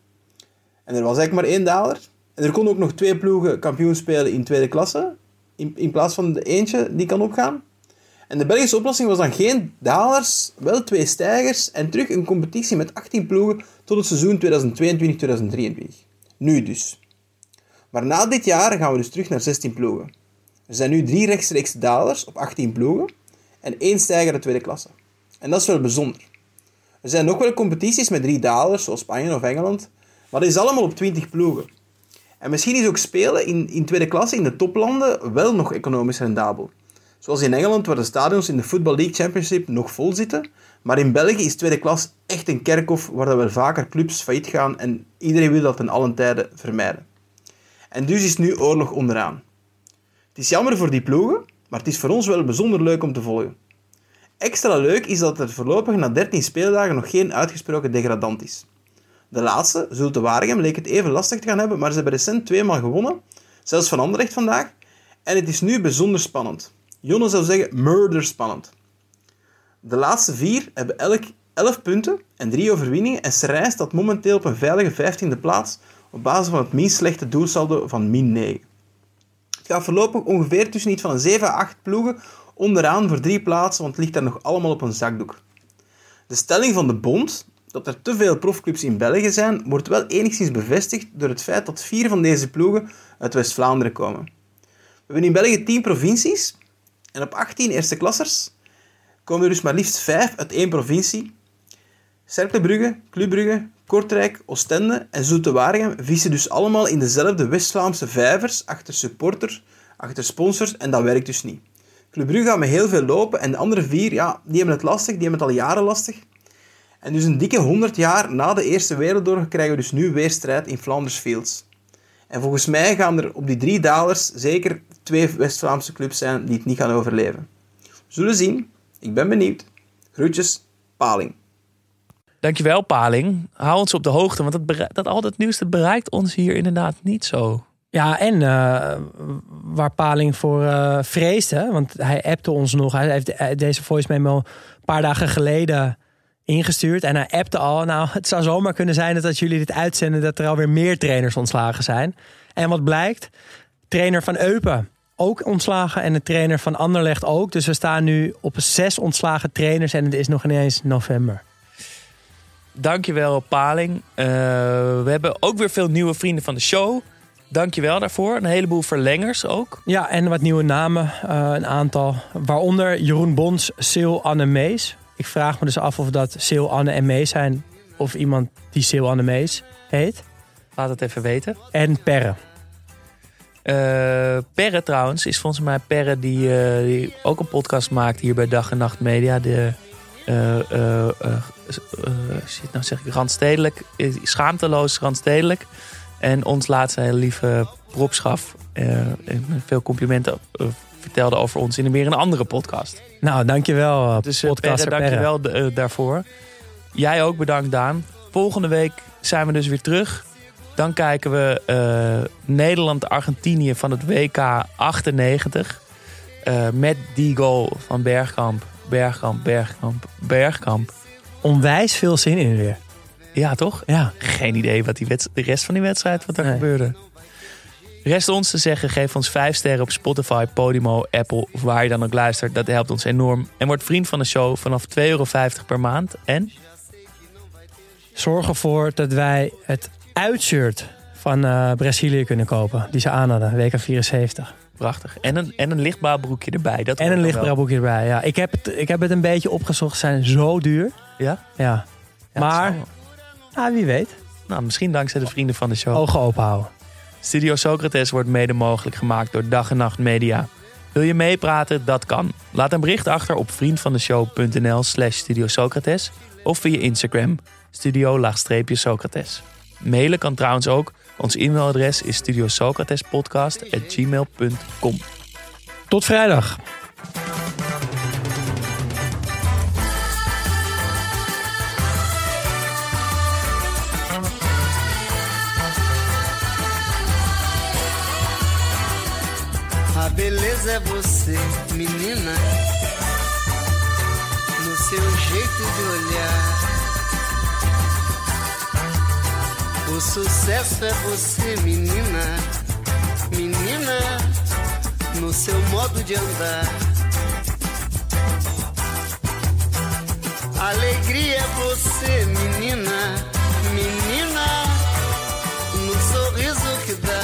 En er was eigenlijk maar 1 daler. En er konden ook nog 2 ploegen kampioen spelen in tweede klasse. In plaats van de eentje die kan opgaan. En de Belgische oplossing was dan geen dalers, wel 2 stijgers. En terug een competitie met 18 ploegen tot het seizoen 2022-2023. Nu dus. Maar na dit jaar gaan we dus terug naar 16 ploegen. Er zijn nu 3 rechtstreeks dalers op 18 ploegen. En 1 stijger de tweede klasse. En dat is wel bijzonder. Er zijn nog wel competities met 3 dalers, zoals Spanje of Engeland. Maar dat is allemaal op 20 ploegen. En misschien is ook spelen in tweede klasse in de toplanden wel nog economisch rendabel. Zoals in Engeland, waar de stadions in de Football League Championship nog vol zitten. Maar in België is tweede klas echt een kerkhof waar wel vaker clubs failliet gaan en iedereen wil dat ten allen tijde vermijden. En dus is nu oorlog onderaan. Het is jammer voor die ploegen, maar het is voor ons wel bijzonder leuk om te volgen. Extra leuk is dat er voorlopig na 13 speeldagen nog geen uitgesproken degradant is. De laatste, Zulte Waregem, leek het even lastig te gaan hebben, maar ze hebben recent 2 maal gewonnen. Zelfs van Anderlecht vandaag. En het is nu bijzonder spannend. Jonne zou zeggen, murder spannend. De laatste 4 hebben elk 11 punten en 3 overwinningen. En Serijn staat momenteel op een veilige 15e plaats op basis van het minst slechte doelsaldo van -9. Het gaat voorlopig ongeveer tussen iets van een 7 à 8 ploegen onderaan voor 3 plaatsen, want het ligt daar nog allemaal op een zakdoek. De stelling van de bond, dat er te veel profclubs in België zijn, wordt wel enigszins bevestigd door het feit dat 4 van deze ploegen uit West-Vlaanderen komen. We hebben in België 10 provincies en op 18 eerste klassers komen er dus maar liefst 5 uit 1 provincie. Cercle Brugge, Club Brugge, Kortrijk, Oostende en Zulte Waregem vissen dus allemaal in dezelfde West-Vlaamse vijvers achter supporters, achter sponsors en dat werkt dus niet. Club Brugge gaat met heel veel lopen en de andere 4, ja, die hebben het lastig, die hebben het al jaren lastig. En dus een dikke 100 jaar na de Eerste Wereldoorlog krijgen we dus nu weer strijd in Flanders Fields. En volgens mij gaan er op die 3 dalers zeker 2 West-Vlaamse clubs zijn die het niet gaan overleven. We zullen zien. Ik ben benieuwd. Groetjes, Paling. Dankjewel, Paling. Hou ons op de hoogte, want dat al dat nieuws dat bereikt ons hier inderdaad niet zo. Ja, en waar Paling voor vreesde, want hij appte ons nog. Hij heeft deze voice memo een paar dagen geleden ingestuurd. En hij appte al, nou, het zou zomaar kunnen zijn dat als jullie dit uitzenden, dat er alweer meer trainers ontslagen zijn. En wat blijkt? Trainer van Eupen ook ontslagen en de trainer van Anderlecht ook. Dus we staan nu op 6 ontslagen trainers en het is nog ineens november. Dankjewel, Paling. We hebben ook weer veel nieuwe vrienden van de show. Dankjewel daarvoor. Een heleboel verlengers ook. Ja, en wat nieuwe namen. Een aantal. Waaronder Jeroen Bons, Sil, Anne Mees. Ik vraag me dus af of dat Sil, Anne en Mees zijn. Of iemand die Sil, Anne Mees heet. Laat het even weten. En Perre. Perre trouwens is volgens mij Perre die ook een podcast maakt hier bij Dag en Nacht Media. Nou zeg ik randstedelijk. Schaamteloos randstedelijk. En ons laatste hele lieve propschaf. En veel complimenten vertelde over ons in weer een andere podcast. Nou, dankjewel. Dus Perre, dankjewel daarvoor. Jij ook bedankt, Daan. Volgende week zijn we dus weer terug. Dan kijken we Nederland-Argentinië van het WK 98. Met die goal van Bergkamp. Onwijs veel zin in weer. Ja, toch? Ja. Geen idee wat de rest van die wedstrijd wat er gebeurde. Rest ons te zeggen, geef ons 5 sterren op Spotify, Podimo, Apple of waar je dan ook luistert. Dat helpt ons enorm. En word vriend van de show vanaf €2,50 per maand. En zorg ervoor dat wij het uitshirt van Brazilië kunnen kopen. Die ze aan hadden, WK 74. Prachtig. En een lichtblauw broekje erbij. En een lichtblauw broekje erbij, ja. Ik heb het een beetje opgezocht. Ze zijn zo duur. Ja? Ja. Maar, wie weet. Nou, misschien dankzij de vrienden van de show. Ogen open houden. Studio Socrates wordt mede mogelijk gemaakt door Dag en Nacht Media. Wil je meepraten? Dat kan. Laat een bericht achter op vriendvandeshow.nl/Studio Socrates of via Instagram studio-Socrates. Mailen kan trouwens ook. Ons e-mailadres is studiosocratespodcast@gmail.com. Tot vrijdag. A beleza é você, menina, no seu jeito de olhar. O sucesso é você, menina, menina, no seu modo de andar. Alegria é você, menina, menina, no sorriso que dá.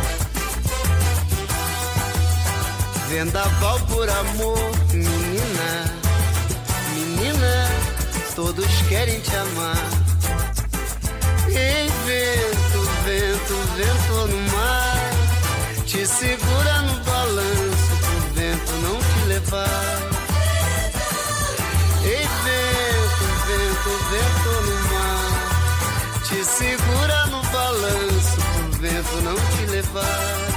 Vendaval por amor, menina, menina, todos querem te amar. Ei, vento, vento, vento no mar, te segura no balanço pro vento não te levar. Ei, vento, vento, vento no mar, te segura no balanço pro vento não te levar.